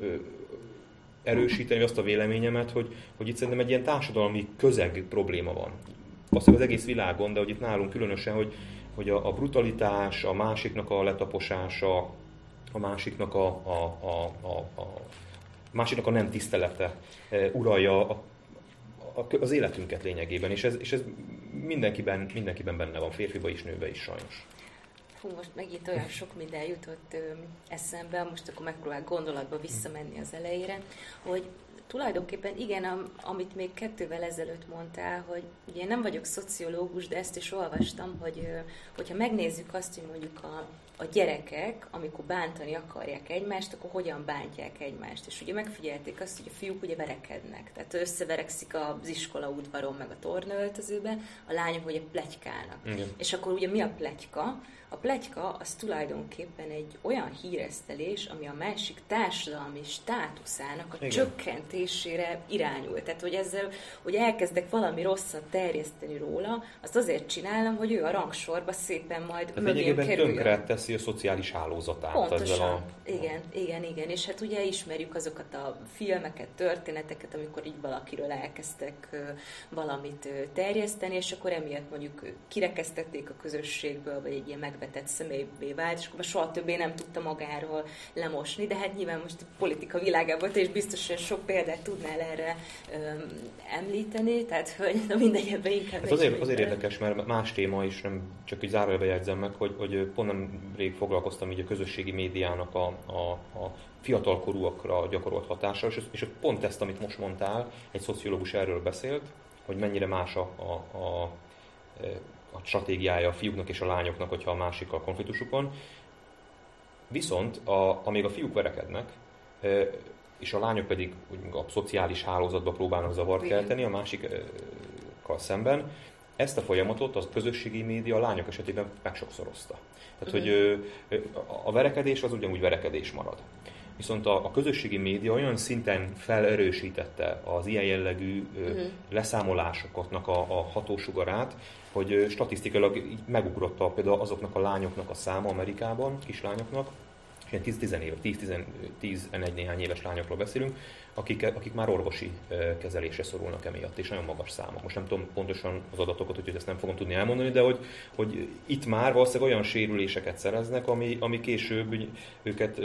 erősíteni azt a véleményemet, hogy, hogy itt szerintem egy ilyen társadalmi közeg probléma van. Valószínűleg az egész világon, de hogy itt nálunk különösen, hogy, hogy a, a brutalitás, a másiknak a letaposása, a másiknak a, a, a, a, a másiknak a nem tisztelete uralja a, a, az életünket lényegében, és ez, és ez mindenkiben, mindenkiben benne van, férfiba is, nőbe is sajnos. Hú, most megint olyan sok minden jutott ö, eszembe, most akkor megpróbál gondolatba visszamenni az elejére, hogy tulajdonképpen igen, am, amit még kettővel ezelőtt mondtál, hogy ugye én nem vagyok szociológus, de ezt is olvastam, hogy hogyha megnézzük azt, hogy mondjuk a, a gyerekek, amikor bántani akarják egymást, akkor hogyan bántják egymást. És ugye megfigyelték azt, hogy a fiúk ugye verekednek, tehát összeverekszik az iskola udvaron, meg a tornaöltözőben, a lányok ugye pletykálnak. Igen. És akkor ugye mi a pletyka? A pletyka az tulajdonképpen egy olyan híresztelés, ami a másik társadalmi státuszának a Igen. csökkentésére irányul. Tehát, hogy ezzel, hogy elkezdek valami rosszat terjeszteni róla, azt azért csinálom, hogy ő a rangsorba szépen majd hát mögém kerüljön. Tönkre teszi a szociális hálózatát. Pontosan. A... Igen, igen, igen. És hát ugye ismerjük azokat a filmeket, történeteket, amikor így valakiről elkezdtek valamit terjeszteni, és akkor emiatt mondjuk kirekesztették a közösségből, vagy egy ilyen megvetett személyé vált, és akkor soha többé nem tudta magáról lemosni, de hát nyilván most a politika világában te is biztosan sok példát tudnál erre öm, említeni, tehát hogy na mindegy, ebben inkább... Ez azért, azért érdekes, mert más téma is, nem csak így zárójelbe jegyzem meg, hogy, hogy pont nemrég foglalkoztam így a közösségi médiának a, a, a fiatalkorúakra gyakorolt hatással, és, és pont ezt, amit most mondtál, egy szociológus erről beszélt, hogy mennyire más a, a, a, a stratégiája a fiúknak és a lányoknak, hogyha a másikkal konfliktusuk van. Viszont, a, amíg a fiúk verekednek, és a lányok pedig a szociális hálózatba próbálnak zavart kelteni a másikkal szemben, ezt a folyamatot a közösségi média a lányok esetében megsokszorozta. Tehát, uh-huh. hogy a verekedés az ugyanúgy verekedés marad. Viszont a, a közösségi média olyan szinten felerősítette az ilyen jellegű uh-huh. leszámolásoknak a, a hatósugarát, hogy statisztikailag megugrott a, például azoknak a lányoknak a száma Amerikában, kislányoknak, ilyen tíz-tizenegy néhány éves lányokról beszélünk, akik, akik már orvosi kezelésre szorulnak emiatt, és nagyon magas számok. Most nem tudom pontosan az adatokat, úgyhogy ezt nem fogom tudni elmondani, de hogy, hogy itt már valószínűleg olyan sérüléseket szereznek, ami, ami később őket,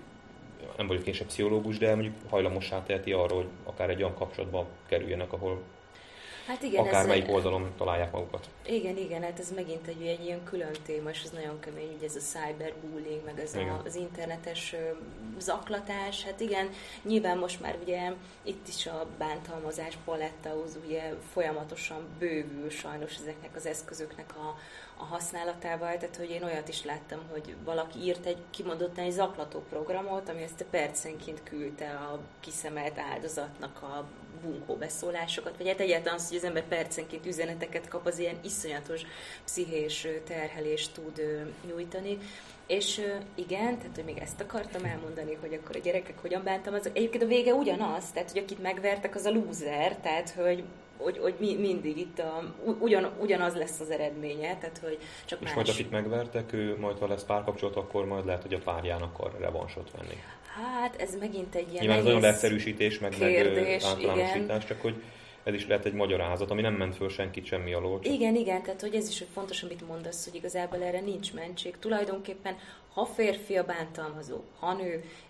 nem vagyok én sem pszichológus, de mondjuk hajlamossá teheti arra, hogy akár egy olyan kapcsolatba kerüljenek, ahol hát igen, akármelyik ez, oldalon találják magukat. Igen, igen, hát ez megint egy, egy ilyen külön téma, és ez nagyon kemény, ugye ez a cyberbullying, meg ez a, az internetes zaklatás. Hát igen, nyilván most már ugye itt is a bántalmazás palettához ugye folyamatosan bővül sajnos ezeknek az eszközöknek a, a használatával, tehát hogy én olyat is láttam, hogy valaki írt egy kimondottan egy zaklató programot, ami ezt a percenként küldte a kiszemelt áldozatnak a bunkó beszólásokat, vagy hát egyáltalán az, hogy az ember percenként üzeneteket kap, az ilyen iszonyatos pszichés terhelést tud nyújtani. És igen, tehát hogy még ezt akartam elmondani, hogy akkor a gyerekek hogyan bántalmaznak. Egyébként a vége ugyanaz, tehát hogy akit megvertek, az a lúzer, tehát hogy hogy, hogy mi, mindig itt a, ugyan, ugyanaz lesz az eredménye, tehát hogy csak és más. majd akit megvertek, ő majd, ha lesz párkapcsolat, akkor majd lehet, hogy a párjának akar revansot venni. Hát ez megint egy ilyen nyilván ez nagyon leegyszerűsítés, meg, kérdés, meg általánosítás, csak hogy ez is lehet egy magyarázat, ami nem ment föl senkit semmi alól. Csak... Igen, igen, tehát hogy ez is hogy fontos, amit mondasz, hogy igazából erre nincs mentség. Tulajdonképpen, ha férfi a bántalmazó, ha nő,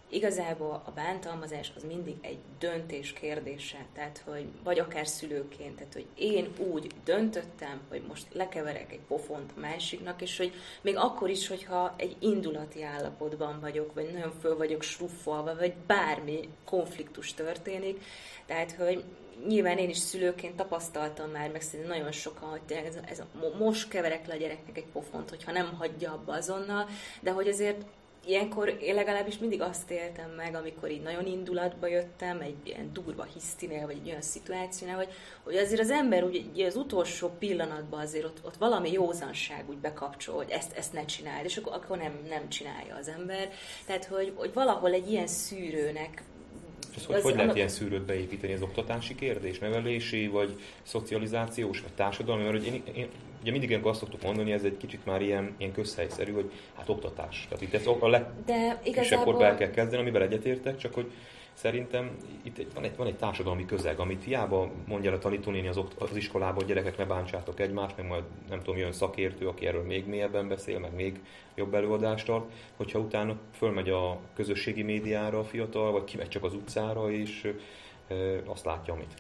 igazából a bántalmazás az mindig egy döntés kérdése, tehát hogy vagy akár szülőként, tehát hogy én úgy döntöttem, hogy most lekeverek egy pofont a másiknak, és hogy még akkor is, hogyha egy indulati állapotban vagyok, vagy nagyon föl vagyok sruffolva, vagy bármi konfliktus történik, tehát hogy nyilván én is szülőként tapasztaltam már, meg szerintem nagyon sokan, hogy ez, ez a, most keverek le a gyereknek egy pofont, hogyha nem hagyja abba azonnal, de hogy azért ilyenkor én legalábbis mindig azt éltem meg, amikor így nagyon indulatba jöttem, egy ilyen durva hisztinél, vagy egy olyan szituációnál, hogy, hogy azért az ember úgy az utolsó pillanatban azért ott, ott valami józanság úgy bekapcsol, hogy ezt, ezt ne csináld, és akkor, akkor nem, nem csinálja az ember. Tehát, hogy, hogy valahol egy ilyen szűrőnek. És hogy, hogy lehet ilyen szűrőt beépíteni? Az oktatási kérdés, nevelési, vagy szocializációs, vagy társadalmi? Mert én, én ugye mindig ilyenkor azt szoktuk mondani, ez egy kicsit már ilyen, ilyen közhelyszerű, hogy hát oktatás. Tehát itt ez a legkisebb korban el kell kezdeni, amivel egyetértek, csak hogy szerintem itt van egy, van egy társadalmi közeg, amit hiába mondja a tanítónéni az, az iskolában, hogy gyerekek ne bántsátok egymást, meg majd nem tudom, jön szakértő, aki erről még mélyebben beszél, meg még jobb előadást tart, hogyha utána fölmegy a közösségi médiára a fiatal, vagy kimegy csak az utcára, és e, azt látja, amit.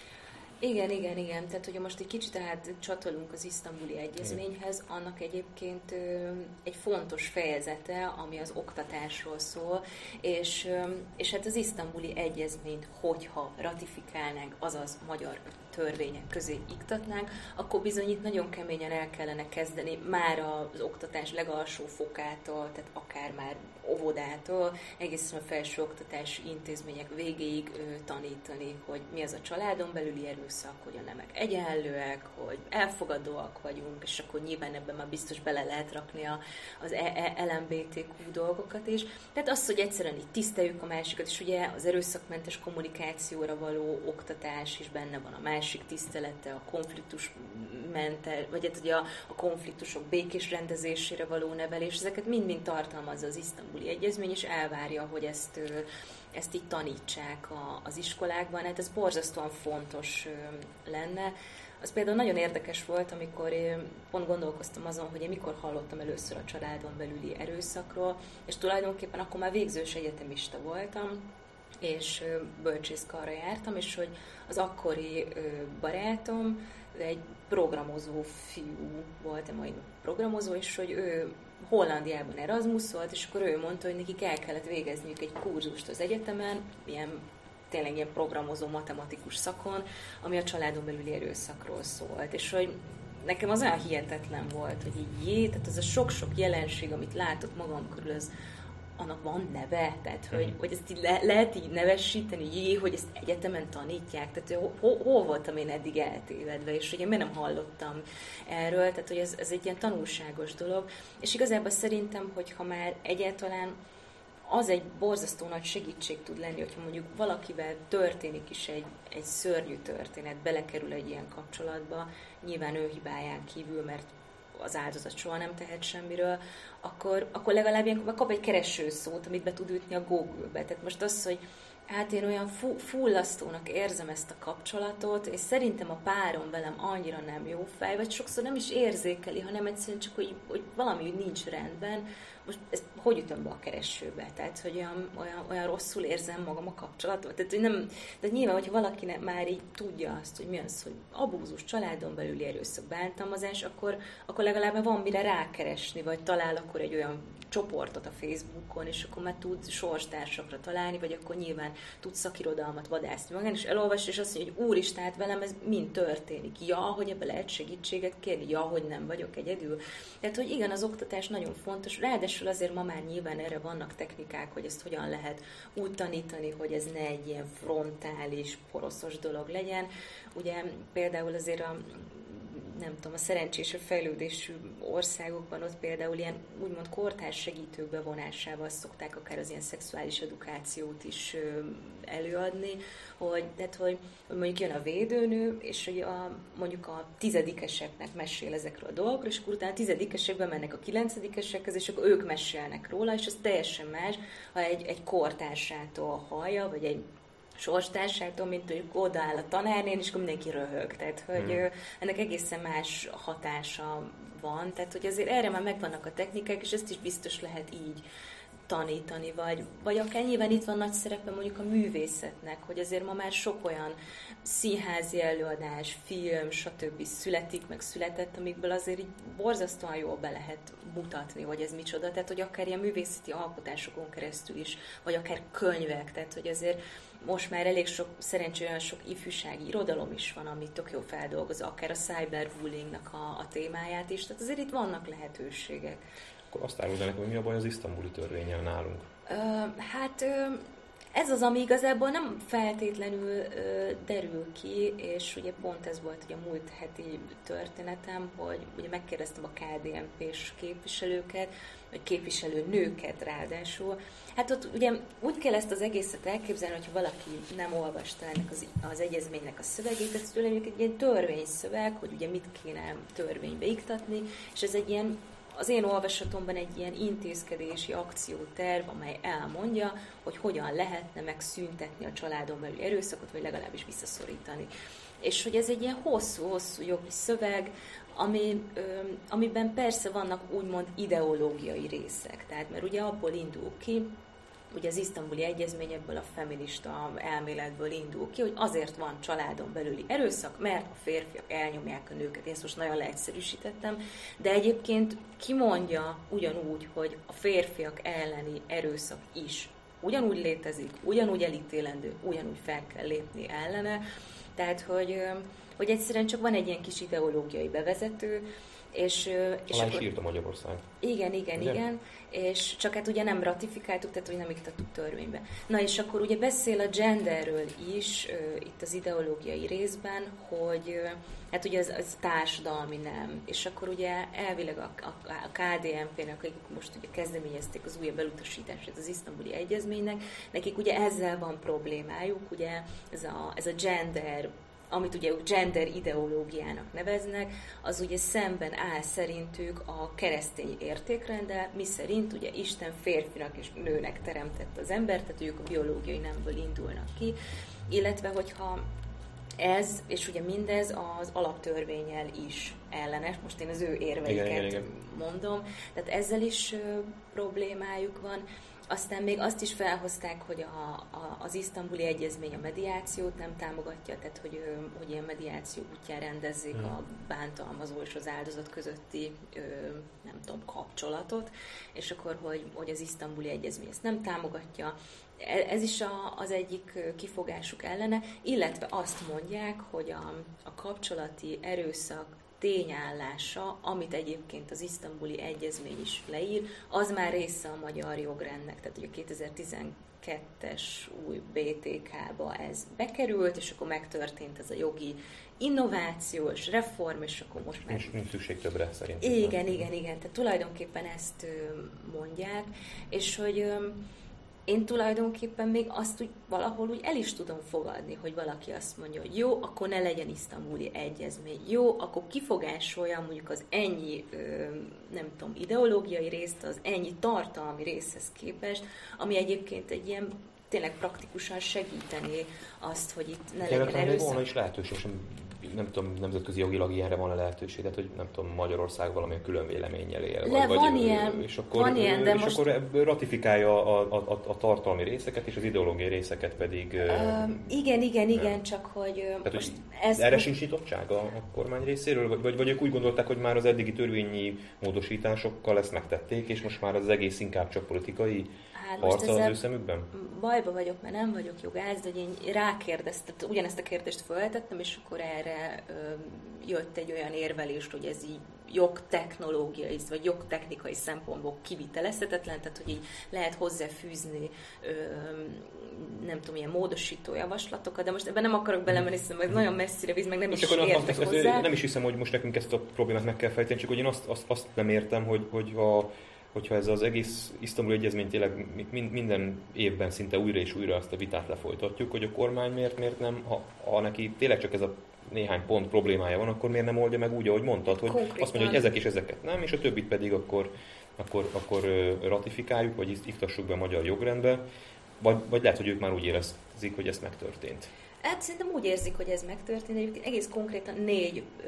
Igen, igen, igen. Tehát, hogy most egy kicsit tehát csatolunk az isztambuli egyezményhez, annak egyébként ö, egy fontos fejezete, ami az oktatásról szól, és, ö, és hát az isztambuli egyezményt, hogyha ratifikálnánk, azaz magyar törvények közé iktatnánk, akkor bizony itt nagyon keményen el kellene kezdeni már az oktatás legalsó fokától, tehát akár már óvodától, egészen a felsőoktatási intézmények végéig ö, tanítani, hogy mi az a családon belüli erőszak, hogy a nemek egyenlőek, hogy elfogadóak vagyunk, és akkor nyilván ebben már biztos bele lehet rakni a, az el em bé té kú dolgokat is. Tehát az, hogy egyszerűen így tiszteljük a másikat, és ugye az erőszakmentes kommunikációra való oktatás is benne van, a másik tisztelete, a konfliktusmente, vagy hát ugye a, a konfliktusok békés rendezésére való nevelés, ezeket mind-mind tartalmazza az isztambuli egyezmény, és elvárja, hogy ezt ezt így tanítsák a, az iskolákban, hát ez borzasztóan fontos ö, lenne. Az például nagyon érdekes volt, amikor én pont gondolkoztam azon, hogy én mikor hallottam először a családon belüli erőszakról, és tulajdonképpen akkor már végzős egyetemista voltam, és ö, bölcsészkarra jártam, és hogy az akkori ö, barátom, egy programozó fiú volt, a mai programozó, és hogy ő Hollandiában Erasmus volt, és akkor ő mondta, hogy nekik el kellett végezniük egy kurzust az egyetemen, ilyen, tényleg ilyen programozó matematikus szakon, ami a családon belüli erőszakról szólt. És hogy nekem az olyan hihetetlen volt, hogy így jé, tehát az a sok-sok jelenség, amit látok magam körül, az annak van neve, tehát hogy, hogy ezt így le, lehet így nevesíteni, jé, hogy ezt egyetemen tanítják, tehát hol, hol voltam én eddig eltévedve, és hogy én miért nem hallottam erről, tehát hogy ez, ez egy ilyen tanulságos dolog, és igazából szerintem, hogyha már egyáltalán az egy borzasztó nagy segítség tud lenni, hogyha mondjuk valakivel történik is egy, egy szörnyű történet, belekerül egy ilyen kapcsolatba, nyilván ő hibáján kívül, mert az áldozat soha nem tehet semmiről, akkor, akkor legalább ilyenkor kap egy keresőszót, amit be tud ütni a Google-be. Tehát most az, hogy hát én olyan fu- fullasztónak érzem ezt a kapcsolatot, és szerintem a párom velem annyira nem jó fej, vagy sokszor nem is érzékeli, hanem egyszerűen csak, hogy, hogy valami nincs rendben, most ezt hogy ütöm be a keresőbe? Tehát, hogy olyan, olyan, olyan rosszul érzem magam a kapcsolatot. Tehát, hogy nem, de nyilván, hogyha valaki ne, már így tudja azt, hogy mi az, hogy abúzus, családon belüli erőszak, bántalmazás, akkor, akkor legalább van mire rákeresni, vagy talál akkor egy olyan csoportot a Facebookon, és akkor már tud sorstársakra találni, vagy akkor nyilván tud szakirodalmat vadászni magán, és elolvas, és azt mondja, hogy úristen, hát velem ez mind történik. Ja, hogy ebbe lehet segítséget kérni, ja, hogy nem vagyok egyedül. Tehát, hogy igen, az oktatás nagyon fontos, ráadásul azért ma már nyilván erre vannak technikák, hogy ezt hogyan lehet úgy tanítani, hogy ez ne egy ilyen frontális, poroszos dolog legyen. Ugye például azért a nem tudom, a szerencsés fejlődésű országokban ott például ilyen úgymond kortárs segítők bevonásával szokták akár az ilyen szexuális edukációt is előadni, hogy, tehát, hogy, hogy mondjuk jön a védőnő, és hogy a, mondjuk a tizedikeseknek mesél ezekről a dolgokról, és akkor utána a tizedikesek bemennek a kilencedikesekhez, és akkor ők mesélnek róla, és az teljesen más, ha egy, egy kortársától hallja, vagy egy sorstársától, mint hogy odaáll a tanárnén, és akkor mindenki röhög. Tehát, hogy hmm. ennek egészen más hatása van. Tehát, hogy azért erre már megvannak a technikák, és ezt is biztos lehet így tanítani, vagy, vagy akár nyilván itt van nagy szerepe mondjuk a művészetnek, hogy azért ma már sok olyan színházi előadás, film, stb. Születik, meg született, amikből azért így borzasztóan jól be lehet mutatni, hogy ez micsoda, tehát hogy akár ilyen művészeti alkotásokon keresztül is, vagy akár könyvek, tehát hogy azért most már elég sok, szerencsére olyan sok ifjúsági irodalom is van, amit tök jó feldolgozza, akár a cyberbullyingnak a, a témáját is, tehát azért itt vannak lehetőségek. Akkor azt áruld el nekem, hogy mi a baj az isztambuli törvénnyel nálunk? Ö, hát ö, ez az, ami igazából nem feltétlenül ö, derül ki, és ugye pont ez volt ugye a múlt heti történetem, hogy ugye megkérdeztem a ká dé en pés képviselőket, vagy képviselő nőket ráadásul. Hát ott ugye úgy kell ezt az egészet elképzelni, hogyha valaki nem olvasta ennek az, az egyezménynek a szövegét, ez tulajdonképpen egy ilyen törvényszöveg, hogy ugye mit kéne törvénybe iktatni, és ez egy ilyen, az én olvasatomban egy ilyen intézkedési akcióterv, amely elmondja, hogy hogyan lehetne megszüntetni a családon belüli erőszakot, vagy legalábbis visszaszorítani. És hogy ez egy ilyen hosszú-hosszú jogi szöveg, ami, ö, amiben persze vannak úgymond ideológiai részek. Tehát, mert ugye abból indul ki, ugye az isztambuli egyezmény ebből a feminista elméletből indul ki, hogy azért van családon belüli erőszak, mert a férfiak elnyomják a nőket. Én ezt most nagyon leegyszerűsítettem, de egyébként kimondja ugyanúgy, hogy a férfiak elleni erőszak is ugyanúgy létezik, ugyanúgy elítélendő, ugyanúgy fel kell lépni ellene. Tehát, hogy, hogy egyszerűen csak van egy ilyen kis ideológiai bevezető, és, és alá is írt a Magyarország. Igen, igen, ugye? igen, és csak hát ugye nem ratifikáltuk, tehát hogy nem iktattuk törvénybe. Na és akkor ugye beszél a genderről is, uh, itt az ideológiai részben, hogy uh, hát ugye az, az társadalmi nem, és akkor ugye elvileg a, a, a ká dé en pének, akik most ugye kezdeményezték az újabb elutasítását az isztambuli egyezménynek, nekik ugye ezzel van problémájuk, ugye ez a, ez a gender, amit ugye gender ideológiának neveznek, az ugye szemben áll szerintük a keresztény értékrenddel, miszerint ugye Isten férfinak és nőnek teremtett az embert, tehát ők a biológiai nemből indulnak ki, illetve hogyha ez, és ugye mindez az alaptörvénnyel is ellenes, most én az ő érveiket igen, igen, igen. mondom, tehát ezzel is ö, problémájuk van. Aztán még azt is felhozták, hogy a, a, az isztambuli egyezmény a mediációt nem támogatja, tehát hogy, hogy ilyen mediáció útján rendezzék hmm. a bántalmazó és az áldozat közötti nem tudom, kapcsolatot, és akkor, hogy, hogy az isztambuli egyezmény ezt nem támogatja. Ez is a, az egyik kifogásuk ellene, illetve azt mondják, hogy a, a kapcsolati erőszak tényállása, amit egyébként az isztambuli egyezmény is leír, az már része a magyar jogrendnek. Tehát ugye a kétezer-tizenkettes új bé té ká-ba ez bekerült, és akkor megtörtént ez a jogi innovációs reform, és akkor most már... Nincs szükség többre szerintem. Igen, igen, igen. Tehát tulajdonképpen ezt mondják, és hogy... Én tulajdonképpen még azt úgy valahol úgy el is tudom fogadni, hogy valaki azt mondja, hogy jó, akkor ne legyen isztambuli egyezmény. Jó, akkor kifogásolja mondjuk az ennyi, nem tudom, ideológiai részt, az ennyi tartalmi részhez képest, ami egyébként egy ilyen tényleg praktikusan segítené azt, hogy itt ne legyen erőszak. Volna is lehetőség, nem tudom, nemzetközi jogilag ilyenre van a lehetőség, tehát hogy nem tudom, Magyarország valamilyen külön véleménnyel él. Le, vagy, van, ilyen, és akkor, van ilyen, de és most... akkor ratifikálja a, a, a, a tartalmi részeket, és az ideológiai részeket pedig... Uh, igen, igen, igen, csak hogy... Tehát, most hogy ez erre most... sincs nyitottság a, a kormány részéről? Vagy, vagy, vagy ők úgy gondolták, hogy már az eddigi törvényi módosításokkal ezt megtették, és most már az egész inkább csak politikai hát harca az ő szemükben? Bajba vagyok, mert nem vagyok jogász, de hogy én rákérdeztem, ugyanezt a kérdést feltettem, és akkor erre ö, jött egy olyan érvelés, hogy ez így jogtechnológiai, vagy jogtechnikai szempontból kivitelezhetetlen, tehát hogy így lehet hozzáfűzni ö, nem tudom, ilyen módosító javaslatokat, de most ebben nem akarok belemenni, hiszen meg nagyon messzire víz, meg nem is értek azt, hozzá. Nem is hiszem, hogy most nekünk ezt a problémát meg kell fejteni, csak hogy én azt, azt, azt nem értem, hogy, hogy a hogyha ez az egész isztambuli egyezmény tényleg minden évben szinte újra és újra azt a vitát lefolytatjuk, hogy a kormány miért, miért nem, ha, ha neki tényleg csak ez a néhány pont problémája van, akkor miért nem oldja meg úgy, ahogy mondtad, hogy konkrétan azt mondja, hogy ezek és ezeket nem, és a többit pedig akkor, akkor, akkor ratifikáljuk, vagy iktassuk be a magyar jogrendbe, vagy, vagy lehet, hogy ők már úgy érezzik, hogy ez megtörtént. Hát szerintem úgy érzik, hogy ez megtörtént, egyébként egész konkrétan négy ö,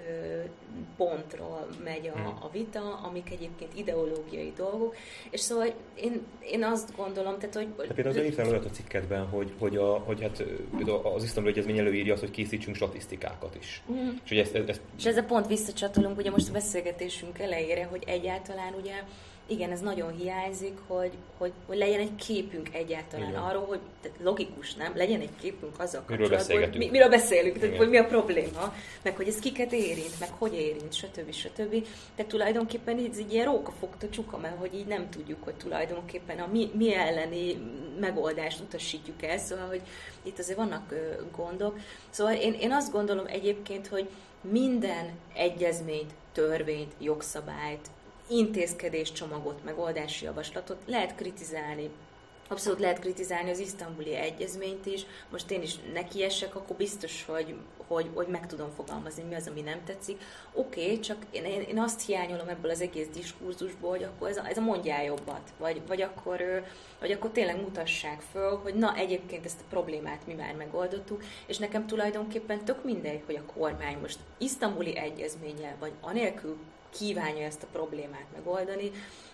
pontról megy a, a vita, amik egyébként ideológiai dolgok, és szóval én, én azt gondolom, tehát hogy... De például az írtál olyat a cikkedben, hogy, hogy, a, hogy hát, az Isztambuli Egyezmény előírja azt, hogy készítsünk statisztikákat is. Mm. És, hogy ezt, ezt... és ezzel pont visszacsatolunk ugye most a beszélgetésünk elejére, hogy egyáltalán ugye igen, ez nagyon hiányzik, hogy, hogy, hogy legyen egy képünk egyáltalán igen. arról, hogy tehát logikus, nem? Legyen egy képünk azzal kapcsolatban, hogy mi, miről beszélünk, tehát, hogy mi a probléma, meg hogy ez kiket érint, meg hogy érint, stb. stb. Tehát tulajdonképpen így, így ilyen rókafogta csuka, mert hogy így nem tudjuk, hogy tulajdonképpen a mi, mi elleni megoldást utasítjuk ezt, szóval, hogy itt azért vannak ö, gondok. Szóval én, én azt gondolom egyébként, hogy minden egyezményt, törvényt, jogszabályt, intézkedéscsomagot, megoldási javaslatot lehet kritizálni. Abszolút lehet kritizálni az Isztambuli Egyezményt is. Most én is nekiesek, akkor biztos, hogy, hogy, hogy meg tudom fogalmazni, mi az, ami nem tetszik. Oké, okay, csak én, én azt hiányolom ebből az egész diskurzusból, hogy akkor ez a, ez a mondjál jobbat. Vagy, vagy, akkor, vagy akkor tényleg mutassák föl, hogy na, egyébként ezt a problémát mi már megoldottuk, és nekem tulajdonképpen tök mindegy, hogy a kormány most Isztambuli Egyezménnyel, vagy anélkül kívánja ezt a problémát megoldani.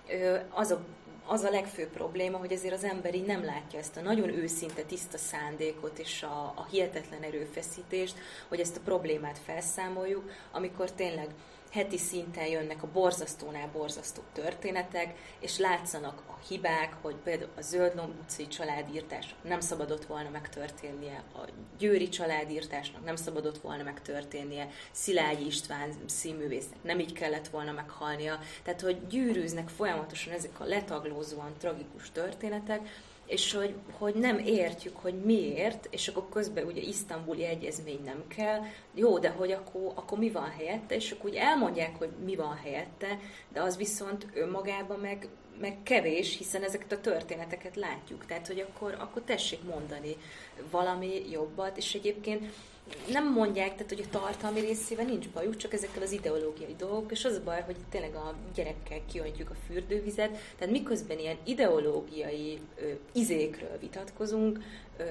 Az a, az a legfőbb probléma, hogy azért az ember így nem látja ezt a nagyon őszinte, tiszta szándékot és a, a hihetetlen erőfeszítést, hogy ezt a problémát felszámoljuk, amikor tényleg heti szinten jönnek a borzasztónál borzasztó történetek, és látszanak a hibák, hogy például a Zöldlomb utcai családírtásnak nem szabadott volna megtörténnie, a győri családírtásnak nem szabadott volna megtörténnie, Szilágyi István színművésznek nem így kellett volna meghalnia. Tehát, hogy gyűrűznek folyamatosan ezek a letaglózóan tragikus történetek, és hogy, hogy nem értjük, hogy miért, és akkor közben ugye Isztambuli Egyezmény nem kell, jó, de hogy akkor, akkor mi van helyette, és akkor úgy elmondják, hogy mi van helyette, de az viszont önmagában meg, meg kevés, hiszen ezeket a történeteket látjuk, tehát hogy akkor, akkor tessék mondani valami jobbat, és egyébként nem mondják, tehát hogy a tartalmi részével nincs bajuk, csak ezekkel az ideológiai dolgok, és az a baj, hogy tényleg a gyerekkel kiöntjük a fürdővizet, tehát miközben ilyen ideológiai ö, izékről vitatkozunk, ö,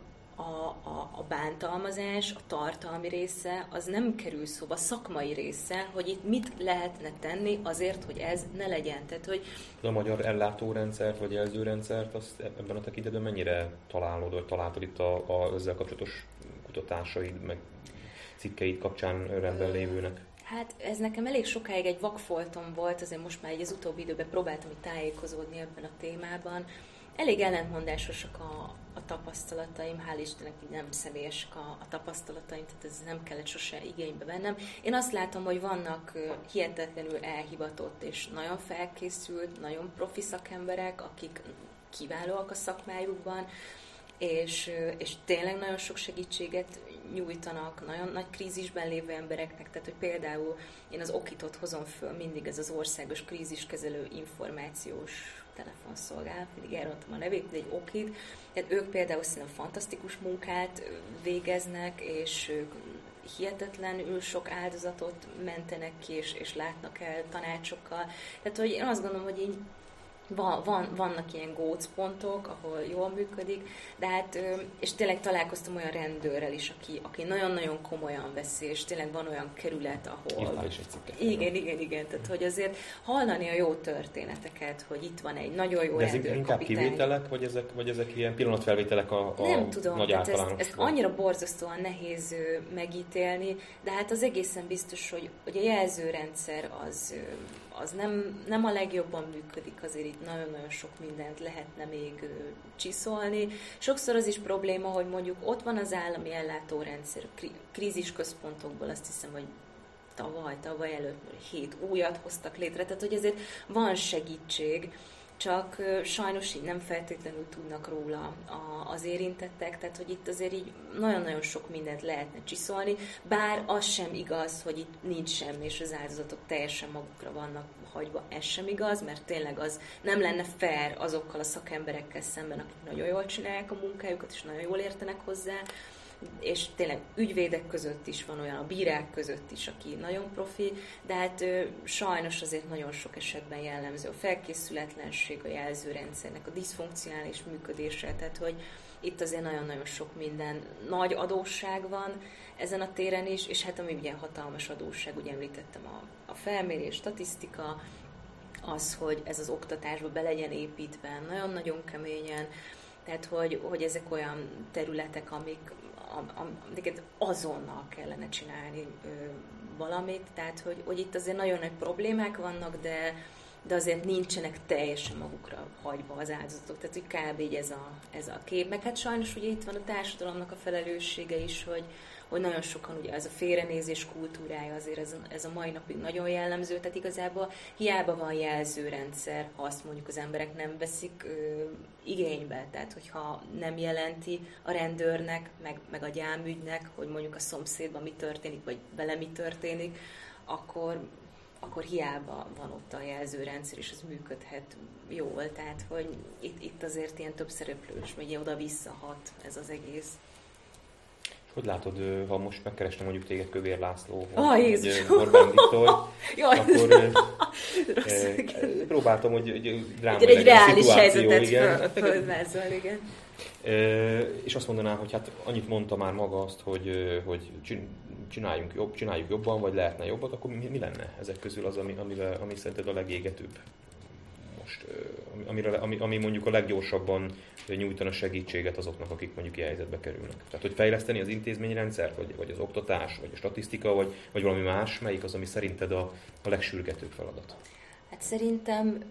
a, a, a bántalmazás, a tartalmi része, az nem kerül szóba, a szakmai része, hogy itt mit lehetne tenni azért, hogy ez ne legyen. Tehát, hogy a magyar ellátórendszert, vagy jelzőrendszert, azt ebben a tekintetben mennyire találod, vagy találtad itt a, a ezzel kapcsolatos kutatásaid, meg cikkeid kapcsán rendben lévőnek? Hát ez nekem elég sokáig egy vakfoltom volt, azért most már egy az utóbbi időben próbáltam itt tájékozódni ebben a témában. Elég ellentmondásosak a, a tapasztalataim, hál' Istennek így nem személyesek a, a tapasztalataim, tehát ez nem kellett sose igénybe vennem. Én azt látom, hogy vannak hihetetlenül elhivatott és nagyon felkészült, nagyon profi szakemberek, akik kiválóak a szakmájukban, és, és tényleg nagyon sok segítséget nyújtanak nagyon nagy krízisben lévő embereknek, tehát hogy például én az Okitot hozom föl mindig, ez az országos kríziskezelő információs telefonszolgálat, mindig elrontom a nevét, de egy Okit, tehát ők például szerintem fantasztikus munkát végeznek, és ők hihetetlenül sok áldozatot mentenek ki, és, és látnak el tanácsokkal. Tehát hogy én azt gondolom, hogy így Van, van, vannak ilyen gócpontok, ahol jól működik, de hát, és tényleg találkoztam olyan rendőrrel is, aki, aki nagyon-nagyon komolyan veszi, és tényleg van olyan kerület, ahol... Írtál is egy cikket. Igen, igen, igen, tehát hogy azért hallani a jó történeteket, hogy itt van egy nagyon jó rendőrkapitány. De ezek inkább kivételek, vagy ezek, vagy ezek ilyen pillanatfelvételek a, a Nem tudom, nagy általános? ezt, ezt annyira borzasztóan nehéz megítélni, de hát az egészen biztos, hogy, hogy a jelzőrendszer az... az nem, nem a legjobban működik, azért itt nagyon-nagyon sok mindent lehetne még csiszolni. Sokszor az is probléma, hogy mondjuk ott van az állami ellátórendszer, krízisközpontokból azt hiszem, hogy tavaly, tavaly előtt hét újat hoztak létre, tehát hogy azért van segítség, csak sajnos így nem feltétlenül tudnak róla az érintettek, tehát hogy itt azért így nagyon-nagyon sok mindent lehetne csiszolni, bár az sem igaz, hogy itt nincs semmi, és az áldozatok teljesen magukra vannak hagyva, ez sem igaz, mert tényleg az nem lenne fair azokkal a szakemberekkel szemben, akik nagyon jól csinálják a munkájukat, és nagyon jól értenek hozzá, és tényleg ügyvédek között is van olyan, a bírák között is, aki nagyon profi, de hát ö, sajnos azért nagyon sok esetben jellemző a felkészületlenség, a jelzőrendszernek a diszfunkcionális működése, tehát hogy itt azért nagyon-nagyon sok minden nagy adósság van ezen a téren is, és hát ami ugye hatalmas adósság, ugye említettem a, a felmérés, statisztika, az, hogy ez az oktatásba be legyen építve nagyon-nagyon keményen, tehát hogy, hogy ezek olyan területek, amik, amiket azonnal kellene csinálni ö, valamit, tehát hogy, hogy itt azért nagyon nagy problémák vannak, de, de azért nincsenek teljesen magukra hagyva az áldozatok, tehát hogy kb. Így ez a, ez a kép. Meg hát sajnos ugye itt van a társadalomnak a felelőssége is, hogy, hogy nagyon sokan ugye ez a félrenézés kultúrája azért ez, ez a mai napig nagyon jellemző, tehát igazából hiába van jelzőrendszer, ha azt mondjuk az emberek nem veszik ö, igénybe, tehát hogyha nem jelenti a rendőrnek, meg, meg a gyámügynek, hogy mondjuk a szomszédban mi történik, vagy vele mi történik, akkor, akkor hiába van ott a jelzőrendszer, és az működhet jól, tehát hogy itt, itt azért ilyen több szereplős, vagy oda-vissza hat ez az egész. Hogy látod, ha most megkerestem mondjuk téged Kövér László, vagy oh, Orbán Viktor, akkor eh, próbáltam, hogy, hogy drámai egy legyen reális a helyzetet fölvázol, igen. E, és azt mondaná, hogy hát annyit mondta már maga azt, hogy, hogy csináljunk jobb, csináljuk jobban, vagy lehetne jobbat, akkor mi, mi lenne ezek közül az, ami, amivel, ami szerinted a legégetőbb most, amire, ami, ami mondjuk a leggyorsabban nyújtana segítséget azoknak, akik mondjuk ilyen helyzetbe kerülnek. Tehát, hogy fejleszteni az intézményrendszert, vagy, vagy az oktatás, vagy a statisztika, vagy, vagy valami más, melyik az, ami szerinted a, a legsürgetőbb feladat? Hát szerintem,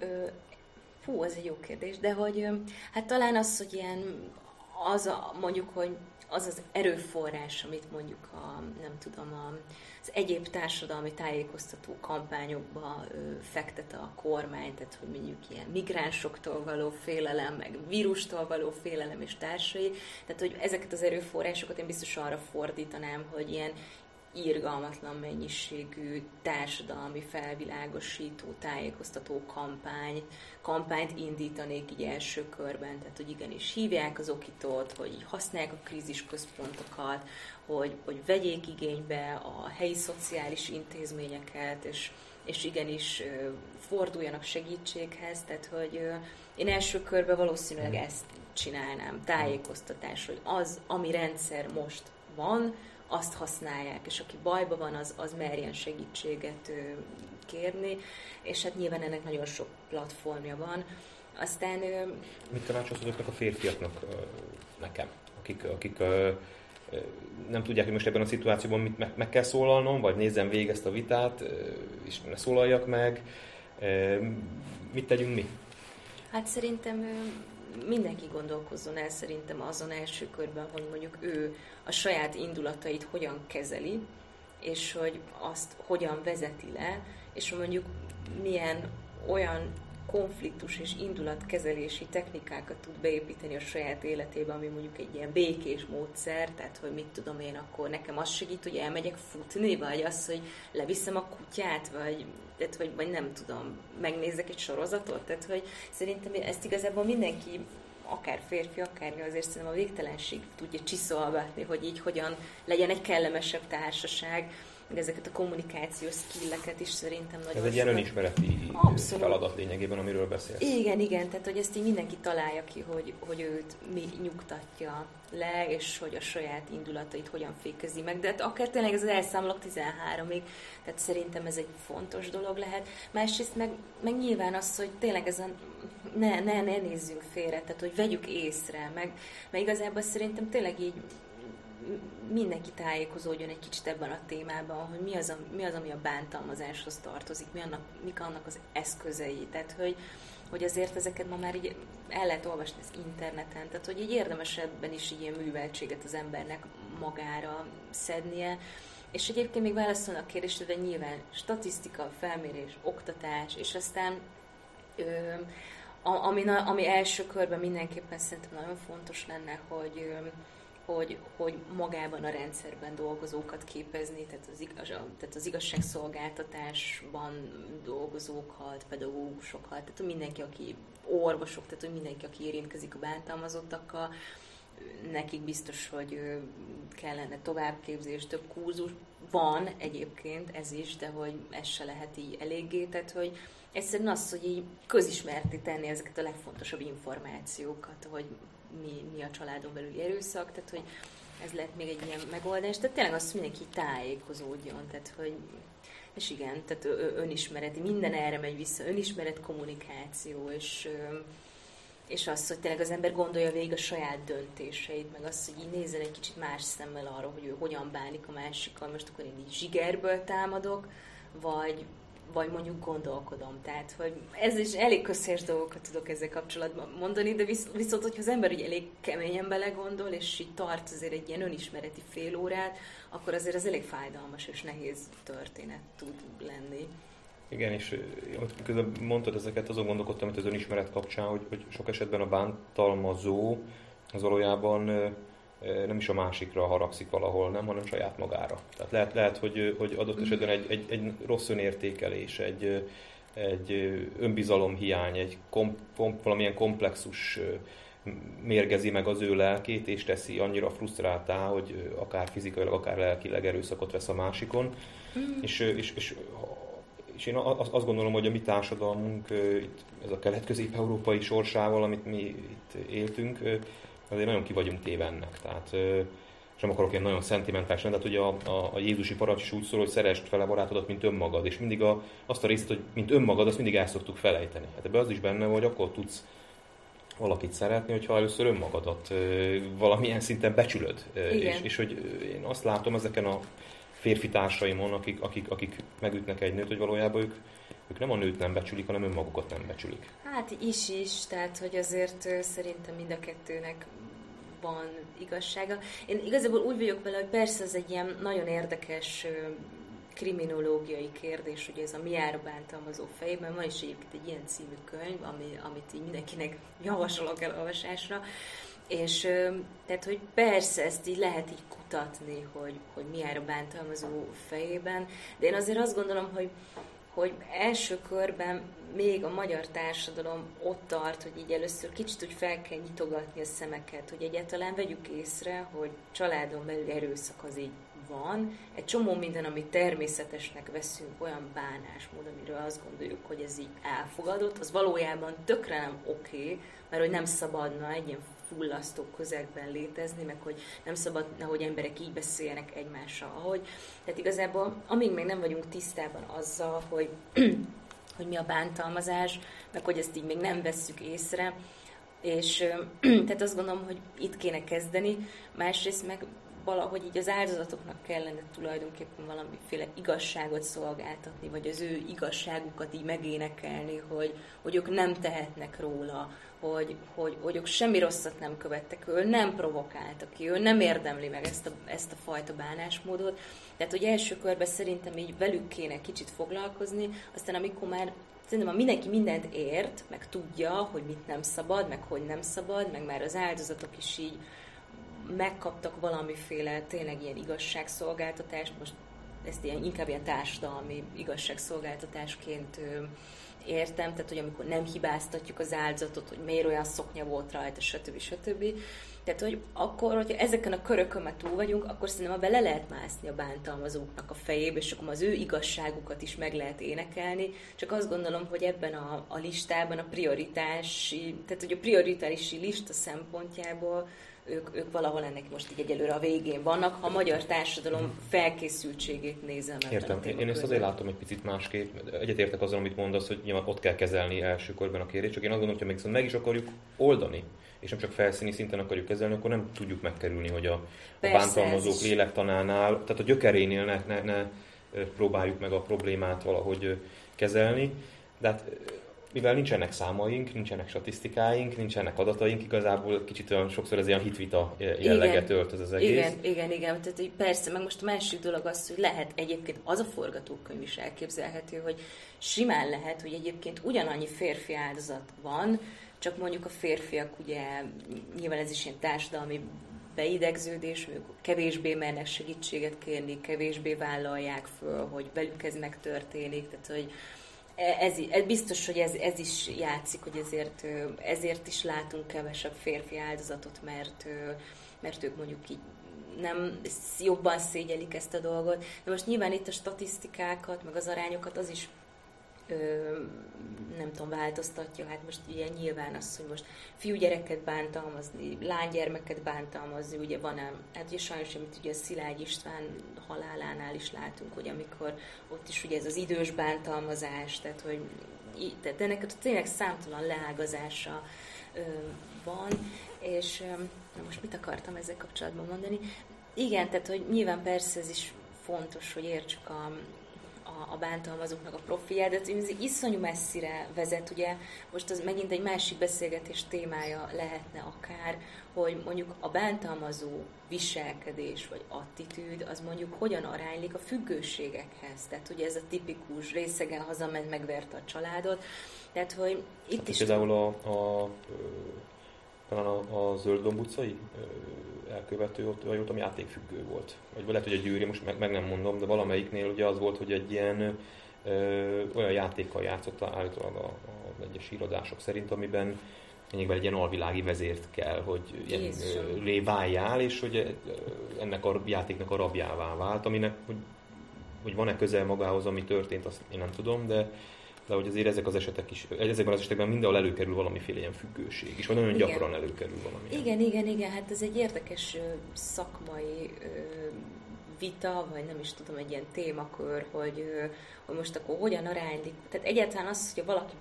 fú, ez egy jó kérdés, de hogy hát talán az, hogy ilyen, az a, mondjuk, hogy az az erőforrás, amit mondjuk a, nem tudom, a, az egyéb társadalmi tájékoztató kampányokba ö, fektet a kormány, tehát hogy mondjuk ilyen migránsoktól való félelem, meg vírustól való félelem és társai, tehát hogy ezeket az erőforrásokat én biztos arra fordítanám, hogy ilyen irgalmatlan mennyiségű társadalmi felvilágosító, tájékoztató kampány, kampányt indítanék így első körben, tehát hogy igenis hívják az okítót, hogy használják a krízisközpontokat, hogy, hogy vegyék igénybe a helyi szociális intézményeket, és, és igenis forduljanak segítséghez, tehát hogy én első körben valószínűleg ezt csinálnám, tájékoztatás, hogy az, ami rendszer most van, azt használják, és aki bajban van, az, az merjen segítséget kérni, és hát nyilván ennek nagyon sok platformja van. Aztán... Mit tanácsolsz azoknak a férfiaknak nekem, akik, akik nem tudják, hogy most ebben a szituációban mit meg, meg kell szólalnom, vagy nézzem végig ezt a vitát, és ne szólaljak meg. Mit tegyünk mi? Hát szerintem mindenki gondolkozzon el szerintem azon első körben, hogy mondjuk ő a saját indulatait hogyan kezeli, és hogy azt hogyan vezeti le, és mondjuk milyen olyan konfliktus és indulatkezelési technikákat tud beépíteni a saját életébe, ami mondjuk egy ilyen békés módszer, tehát hogy mit tudom én, akkor nekem az segít, hogy elmegyek futni, vagy az, hogy leviszem a kutyát, vagy, tehát, vagy, vagy nem tudom, megnézek egy sorozatot, tehát hogy szerintem ezt igazából mindenki, akár férfi, akár nő, azért szerintem a végtelenség tudja csiszolgatni, hogy így hogyan legyen egy kellemesebb társaság, de ezeket a kommunikációs skilleket is szerintem nagyon... Ez egy ilyen önismereti Abszolút. Feladat lényegében, amiről beszélsz. Igen, igen, tehát hogy ezt így mindenki találja ki, hogy, hogy őt mi nyugtatja le, és hogy a saját indulatait hogyan fékezi meg. De hát akár tényleg ez az elszámolok tizenháromig, tehát szerintem ez egy fontos dolog lehet. Másrészt meg, meg nyilván az, hogy tényleg ez a ne, ne, ne nézzünk félre, tehát hogy vegyük észre, meg, meg igazából szerintem tényleg így mindenki tájékozódjon egy kicsit ebben a témában, hogy mi az, a, mi az ami a bántalmazáshoz tartozik, mi annak, mik annak az eszközei. Tehát, hogy, hogy azért ezeket ma már így el lehet olvasni az interneten, tehát, hogy így érdemes ebben is így ilyen műveltséget az embernek magára szednie. És egyébként még válaszolnak a kérdésre, de nyilván statisztika, felmérés, oktatás, és aztán ö, ami, ami első körben mindenképpen szerintem nagyon fontos lenne, hogy ö, Hogy, hogy magában a rendszerben dolgozókat képezni, tehát az, igaz, tehát az igazságszolgáltatásban dolgozókat, pedagógusokat, tehát mindenki, aki orvosok, tehát hogy mindenki, aki érintkezik a bántalmazottakkal, nekik biztos, hogy kellene továbbképzés, több kurzus. Van egyébként ez is, de hogy ez se lehet így eléggé, tehát hogy egyszerűen az, hogy így közismerté tenni ezeket a legfontosabb információkat, hogy mi, mi a családon belüli erőszak, tehát hogy ez lehet még egy ilyen megoldás, tehát tényleg az, hogy mindenki tájékozódjon, tehát hogy és igen, tehát önismereti, minden erre megy vissza, önismeret, kommunikáció, és, és az, hogy tényleg az ember gondolja végig a saját döntéseit, meg azt, hogy így nézzen egy kicsit más szemmel arra, hogy ő hogyan bánik a másikkal, most akkor én így zsigerből támadok, vagy, vagy mondjuk gondolkodom. Tehát, hogy ez is elég közhelyes dolgokat tudok ezzel kapcsolatban mondani, de visz, viszont, hogyha az ember ugye elég keményen belegondol, és így tart azért egy ilyen önismereti fél órát, akkor azért ez elég fájdalmas és nehéz történet tud lenni. Igen, és amit közben mondtad ezeket, azon gondolkodtam, itt az önismeret kapcsán, hogy, hogy sok esetben a bántalmazó az valójában nem is a másikra haragszik valahol, nem, hanem saját magára. Tehát lehet, lehet hogy, hogy adott esetben egy, egy, egy rossz önértékelés, egy, egy önbizalomhiány, egy kom, kom, valamilyen komplexus mérgezi meg az ő lelkét, és teszi annyira frusztráltá, hogy akár fizikailag, akár lelkileg erőszakot vesz a másikon. Mm. És, és, és, és én azt gondolom, hogy a mi társadalmunk, ez a kelet-közép-európai sorsával, amit mi itt éltünk, azért nagyon ki vagyunk téve ennek. Tehát, és nem akarok ilyen nagyon szentimentális lenni, tehát ugye a, a, a jézusi parancs is úgy szól, hogy szeresd fel a barátodat, mint önmagad, és mindig a, azt a részt, hogy mint önmagad, azt mindig el szoktuk felejteni. Hát ebben az is benne, hogy akkor tudsz valakit szeretni, hogyha először önmagadat valamilyen szinten becsülöd. És, és hogy én azt látom ezeken a férfi társaimon, akik, akik, akik megütnek egy nőt, hogy valójában ők, ők nem a nőt nem becsülik, hanem önmagukat nem becsülik. Hát is is, tehát hogy azért szerintem mind a kettőnek van igazsága. Én igazából úgy vagyok vele, hogy persze ez egy ilyen nagyon érdekes kriminológiai kérdés, hogy ez a mi jár a bántalmazó fejében. Van is egyébként egy ilyen című könyv, ami, amit így mindenkinek javasolok elolvasásra. És tehát, hogy persze ezt így lehet így kutatni, hogy, hogy mi jár a bántalmazó fejében, de én azért azt gondolom, hogy hogy első körben még a magyar társadalom ott tart, hogy így először kicsit úgy fel kell nyitogatni a szemeket, hogy egyáltalán vegyük észre, hogy családon belül erőszak az így van. Egy csomó minden, amit természetesnek veszünk, olyan bánásmód, amiről azt gondoljuk, hogy ez így elfogadott, az valójában tökre nem oké, mert hogy nem szabadna egy ilyen fullasztó közegben létezni, meg hogy nem szabadna, hogy emberek így beszéljenek egymással, ahogy. Tehát igazából, amíg még nem vagyunk tisztában azzal, hogy, hogy mi a bántalmazás, meg hogy ezt így még nem vesszük észre, és tehát azt gondolom, hogy itt kéne kezdeni, másrészt meg valahogy így az áldozatoknak kellene tulajdonképpen valamiféle igazságot szolgáltatni, vagy az ő igazságukat így megénekelni, hogy, hogy ők nem tehetnek róla, hogy, hogy, hogy ők semmi rosszat nem követtek, ő nem provokálta ki, ő nem érdemli meg ezt a, ezt a fajta bánásmódot. Tehát, hogy első körben szerintem így velük kéne kicsit foglalkozni, aztán amikor már szerintem, ha mindenki mindent ért, meg tudja, hogy mit nem szabad, meg hogy nem szabad, meg már az áldozatok is így megkaptak valamiféle tényleg ilyen igazságszolgáltatást, most ezt ilyen, inkább ilyen társadalmi igazságszolgáltatásként ö, értem, tehát hogy amikor nem hibáztatjuk az áldozatot, hogy miért olyan szoknya volt rajta, stb. stb. Tehát, hogy akkor, hogyha ezeken a körökön már túl vagyunk, akkor szerintem abban le lehet mászni a bántalmazóknak a fejébe, és akkor az ő igazságukat is meg lehet énekelni. Csak azt gondolom, hogy ebben a, a listában a prioritási, tehát hogy a prioritási lista szempontjából ők, ők valahol ennek most így egyelőre a végén vannak, ha a magyar társadalom felkészültségét nézem. Értem, én, én ezt azért látom egy picit másképp. Egyetértek azzal, amit mondasz, hogy nyilván ott kell kezelni első körben a kérdést, csak én azt gondolom, hogy ha meg is akarjuk oldani, és nem csak felszíni szinten akarjuk kezelni, akkor nem tudjuk megkerülni, hogy a, a bántalmazók lélektanánál, tehát a gyökerénél ne, ne, ne próbáljuk meg a problémát valahogy kezelni. De hát, mivel nincsenek számaink, nincsenek statisztikáink, nincsenek adataink, igazából kicsit olyan sokszor ez ilyen hitvita jelleget ölt ez az egész. Igen, igen, igen. Tehát, hogy persze, meg most a másik dolog az, hogy lehet egyébként az a forgatókönyv is elképzelhető, hogy simán lehet, hogy egyébként ugyanannyi férfi áldozat van, csak mondjuk a férfiak ugye, nyilván ez is ilyen társadalmi beidegződés, ők kevésbé mernek segítséget kérni, kevésbé vállalják föl, hogy velük ez megtörténik, tehát hogy Ez, ez biztos, hogy ez, ez is játszik, hogy ezért, ezért is látunk kevesebb férfi áldozatot, mert, mert ők mondjuk így nem jobban szégyelik ezt a dolgot. De most nyilván itt a statisztikákat, meg az arányokat az is nem tudom, változtatja. Hát most ugye nyilván az, hogy most fiúgyereket bántalmazni, lánygyermeket bántalmazni, ugye van ám, hát ugye sajnos, amit ugye Szilágy István halálánál is látunk, hogy amikor ott is ugye ez az idős bántalmazás, tehát hogy tehát ennek tényleg számtalan leágazása van, és na most mit akartam ezzel kapcsolatban mondani? Igen, tehát hogy nyilván persze ez is fontos, hogy értsük a, a, a bántalmazóknak a profilját, de ez iszonyú messzire vezet, ugye most az megint egy másik beszélgetés témája lehetne akár, hogy mondjuk a bántalmazó viselkedés vagy attitűd, az mondjuk hogyan aránylik a függőségekhez. Tehát ugye ez a tipikus részegen hazament, megverte a családot. Tehát, hogy itt hát, is... Például a, a, talán a, a Zöld-Domb utcai elkövető ott, vagy ott, ami játékfüggő volt. Vagy lehet, hogy a Győri, most meg, meg nem mondom, de valamelyiknél ugye az volt, hogy egy ilyen ö, olyan játékkal játszott állítólag az egyes irodások szerint, amiben lényegben egy ilyen alvilági vezért kell, hogy ilyen váljál, és hogy ennek a játéknak a rabjává vált, aminek, hogy, hogy van-e közel magához, ami történt, azt én nem tudom, de, de hogy azért ezek az esetek is, ezekben az esetekben mindenhol előkerül valamiféle ilyen függőség, és nagyon igen. gyakran előkerül valami. Igen, igen, igen, hát ez egy érdekes szakmai vita, vagy nem is tudom, egy ilyen témakör, hogy, hogy most akkor hogyan aránylik. Tehát egyáltalán az, hogy valaki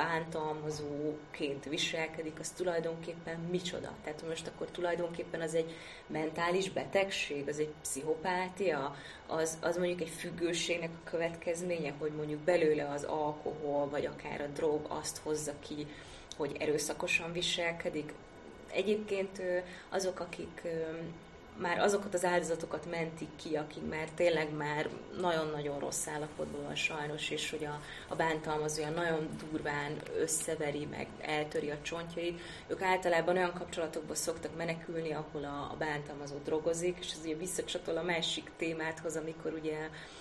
bántalmazóként viselkedik, az tulajdonképpen micsoda? Tehát most akkor tulajdonképpen az egy mentális betegség, az egy pszichopátia, az, az mondjuk egy függőségnek a következménye, hogy mondjuk belőle az alkohol, vagy akár a drog azt hozza ki, hogy erőszakosan viselkedik. Egyébként azok, akik már azokat az áldozatokat mentik ki, akik már tényleg már nagyon-nagyon rossz állapotban van sajnos, és hogy a, a bántalmazója nagyon durván összeveri, meg eltöri a csontjait. Ők általában olyan kapcsolatokba szoktak menekülni, ahol a, a bántalmazó drogozik, és ez ugye visszacsatol a másik témáthoz, amikor ugye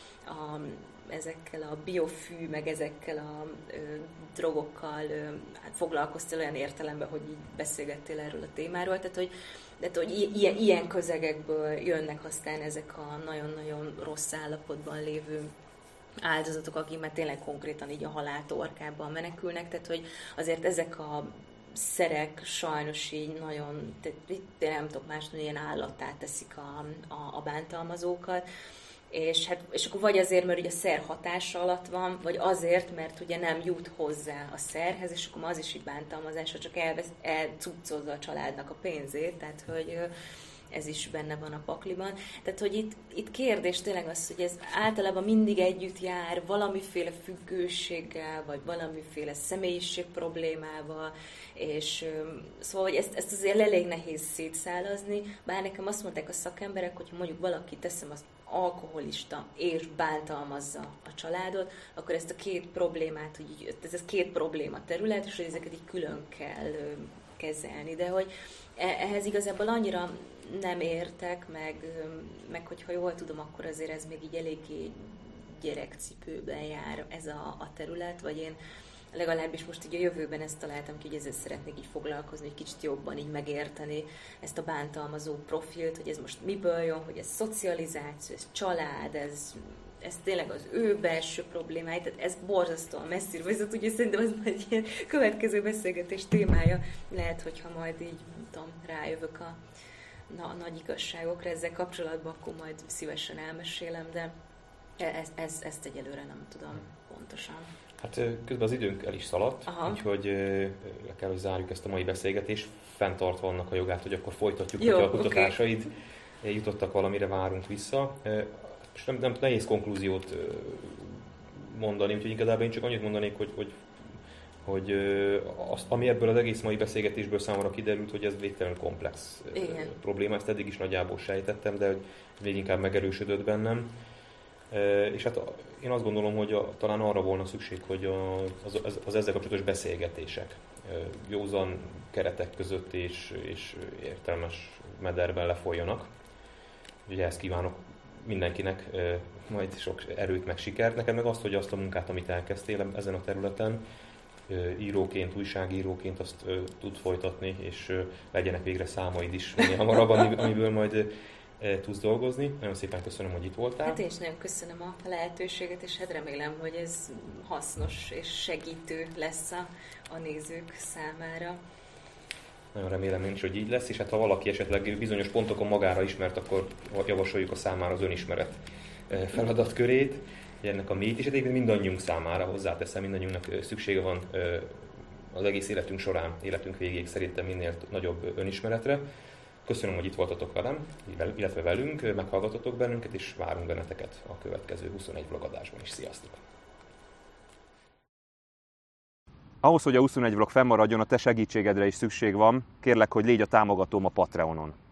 a, ezekkel a biofű, meg ezekkel a ö, drogokkal ö, hát foglalkoztál olyan értelemben, hogy így beszélgettél erről a témáról, tehát hogy De hogy ilyen, ilyen közegekből jönnek aztán ezek a nagyon-nagyon rossz állapotban lévő áldozatok, akik már tényleg konkrétan így a halál torkában menekülnek, tehát hogy azért ezek a szerek sajnos így nagyon, tehát nem tudok más, hogy ilyen állattá teszik a, a, a bántalmazókat. És, hát, és akkor vagy azért, mert ugye a szer hatása alatt van, vagy azért, mert ugye nem jut hozzá a szerhez, és akkor az is így bántalmazás, csak elvesz, elcuccozza a családnak a pénzét, tehát hogy ez is benne van a pakliban. Tehát, hogy itt, itt kérdés tényleg az, hogy ez általában mindig együtt jár valamiféle függőséggel, vagy valamiféle személyiség problémával, és szóval, hogy ezt, ezt azért elég nehéz szétszálazni, bár nekem azt mondták a szakemberek, hogyha mondjuk valaki, teszem azt, alkoholista és bántalmazza a családot, akkor ezt a két problémát, hogy ez, ez két probléma terület, és hogy ezeket így külön kell kezelni. De hogy ehhez igazából annyira nem értek, meg, meg hogyha jól tudom, akkor azért ez még így eléggé gyerekcipőben jár ez a, a terület, vagy én legalábbis most így a jövőben ezt találtam ki, hogy ezzel szeretnék így foglalkozni, hogy kicsit jobban így megérteni ezt a bántalmazó profilt, hogy ez most miből jön, hogy ez szocializáció, ez család, ez, ez tényleg az ő belső problémái, tehát ez borzasztóan messzire vezet, ugye szerintem ez egy ilyen következő beszélgetés témája. Lehet, hogyha majd így, nem tudom, rájövök a, na, a nagy igazságokra ezzel kapcsolatban, akkor majd szívesen elmesélem, de ez, ez, ezt egyelőre nem tudom pontosan. Hát közben az időnk el is szaladt, Aha. úgyhogy le kell, hogy zárjuk ezt a mai beszélgetést, fenntartva annak a jogát, hogy akkor folytatjuk, Jó, hogyha a kutatásaid okay. jutottak valamire, várunk vissza. Most nem, nem nehéz konklúziót mondani, úgyhogy igazából én csak annyit mondanék, hogy, hogy, hogy azt, ami ebből az egész mai beszélgetésből számomra kiderült, hogy ez végtelenül komplex Igen. probléma, ezt eddig is nagyjából sejtettem, de még inkább megerősödött bennem. És hát én azt gondolom, hogy a, talán arra volna szükség, hogy a, az, az, az ezzel kapcsolatos beszélgetések józan keretek között és, és értelmes mederben lefolyjanak. Ugye ezt kívánok mindenkinek, majd sok erőt meg sikert. Neked meg azt, hogy azt a munkát, amit elkezdtél ezen a területen, íróként, újságíróként azt tud folytatni, és legyenek végre számaid is minél hamarabb, amiből majd tudsz dolgozni. Nagyon szépen köszönöm, hogy itt voltál. Hát én is nagyon köszönöm a lehetőséget, és hát remélem, hogy ez hasznos és segítő lesz a, a nézők számára. Nagyon remélem én is, hogy így lesz, és hát ha valaki esetleg bizonyos pontokon magára ismert, akkor javasoljuk a számára az önismeret feladatkörét, ennek a mélyítését, mindannyiunk számára hozzáteszem, mindannyiunknak szüksége van az egész életünk során, életünk végéig szerintem minél nagyobb önismeretre. Köszönöm, hogy itt voltatok velem, illetve velünk, meghallgatotok bennünket, és várunk benneteket a következő huszonegy vlogadásban is. Sziasztok! Ahhoz, hogy a huszonegy vlog fennmaradjon, a te segítségedre is szükség van. Kérlek, hogy légy a támogatóm a Patreonon.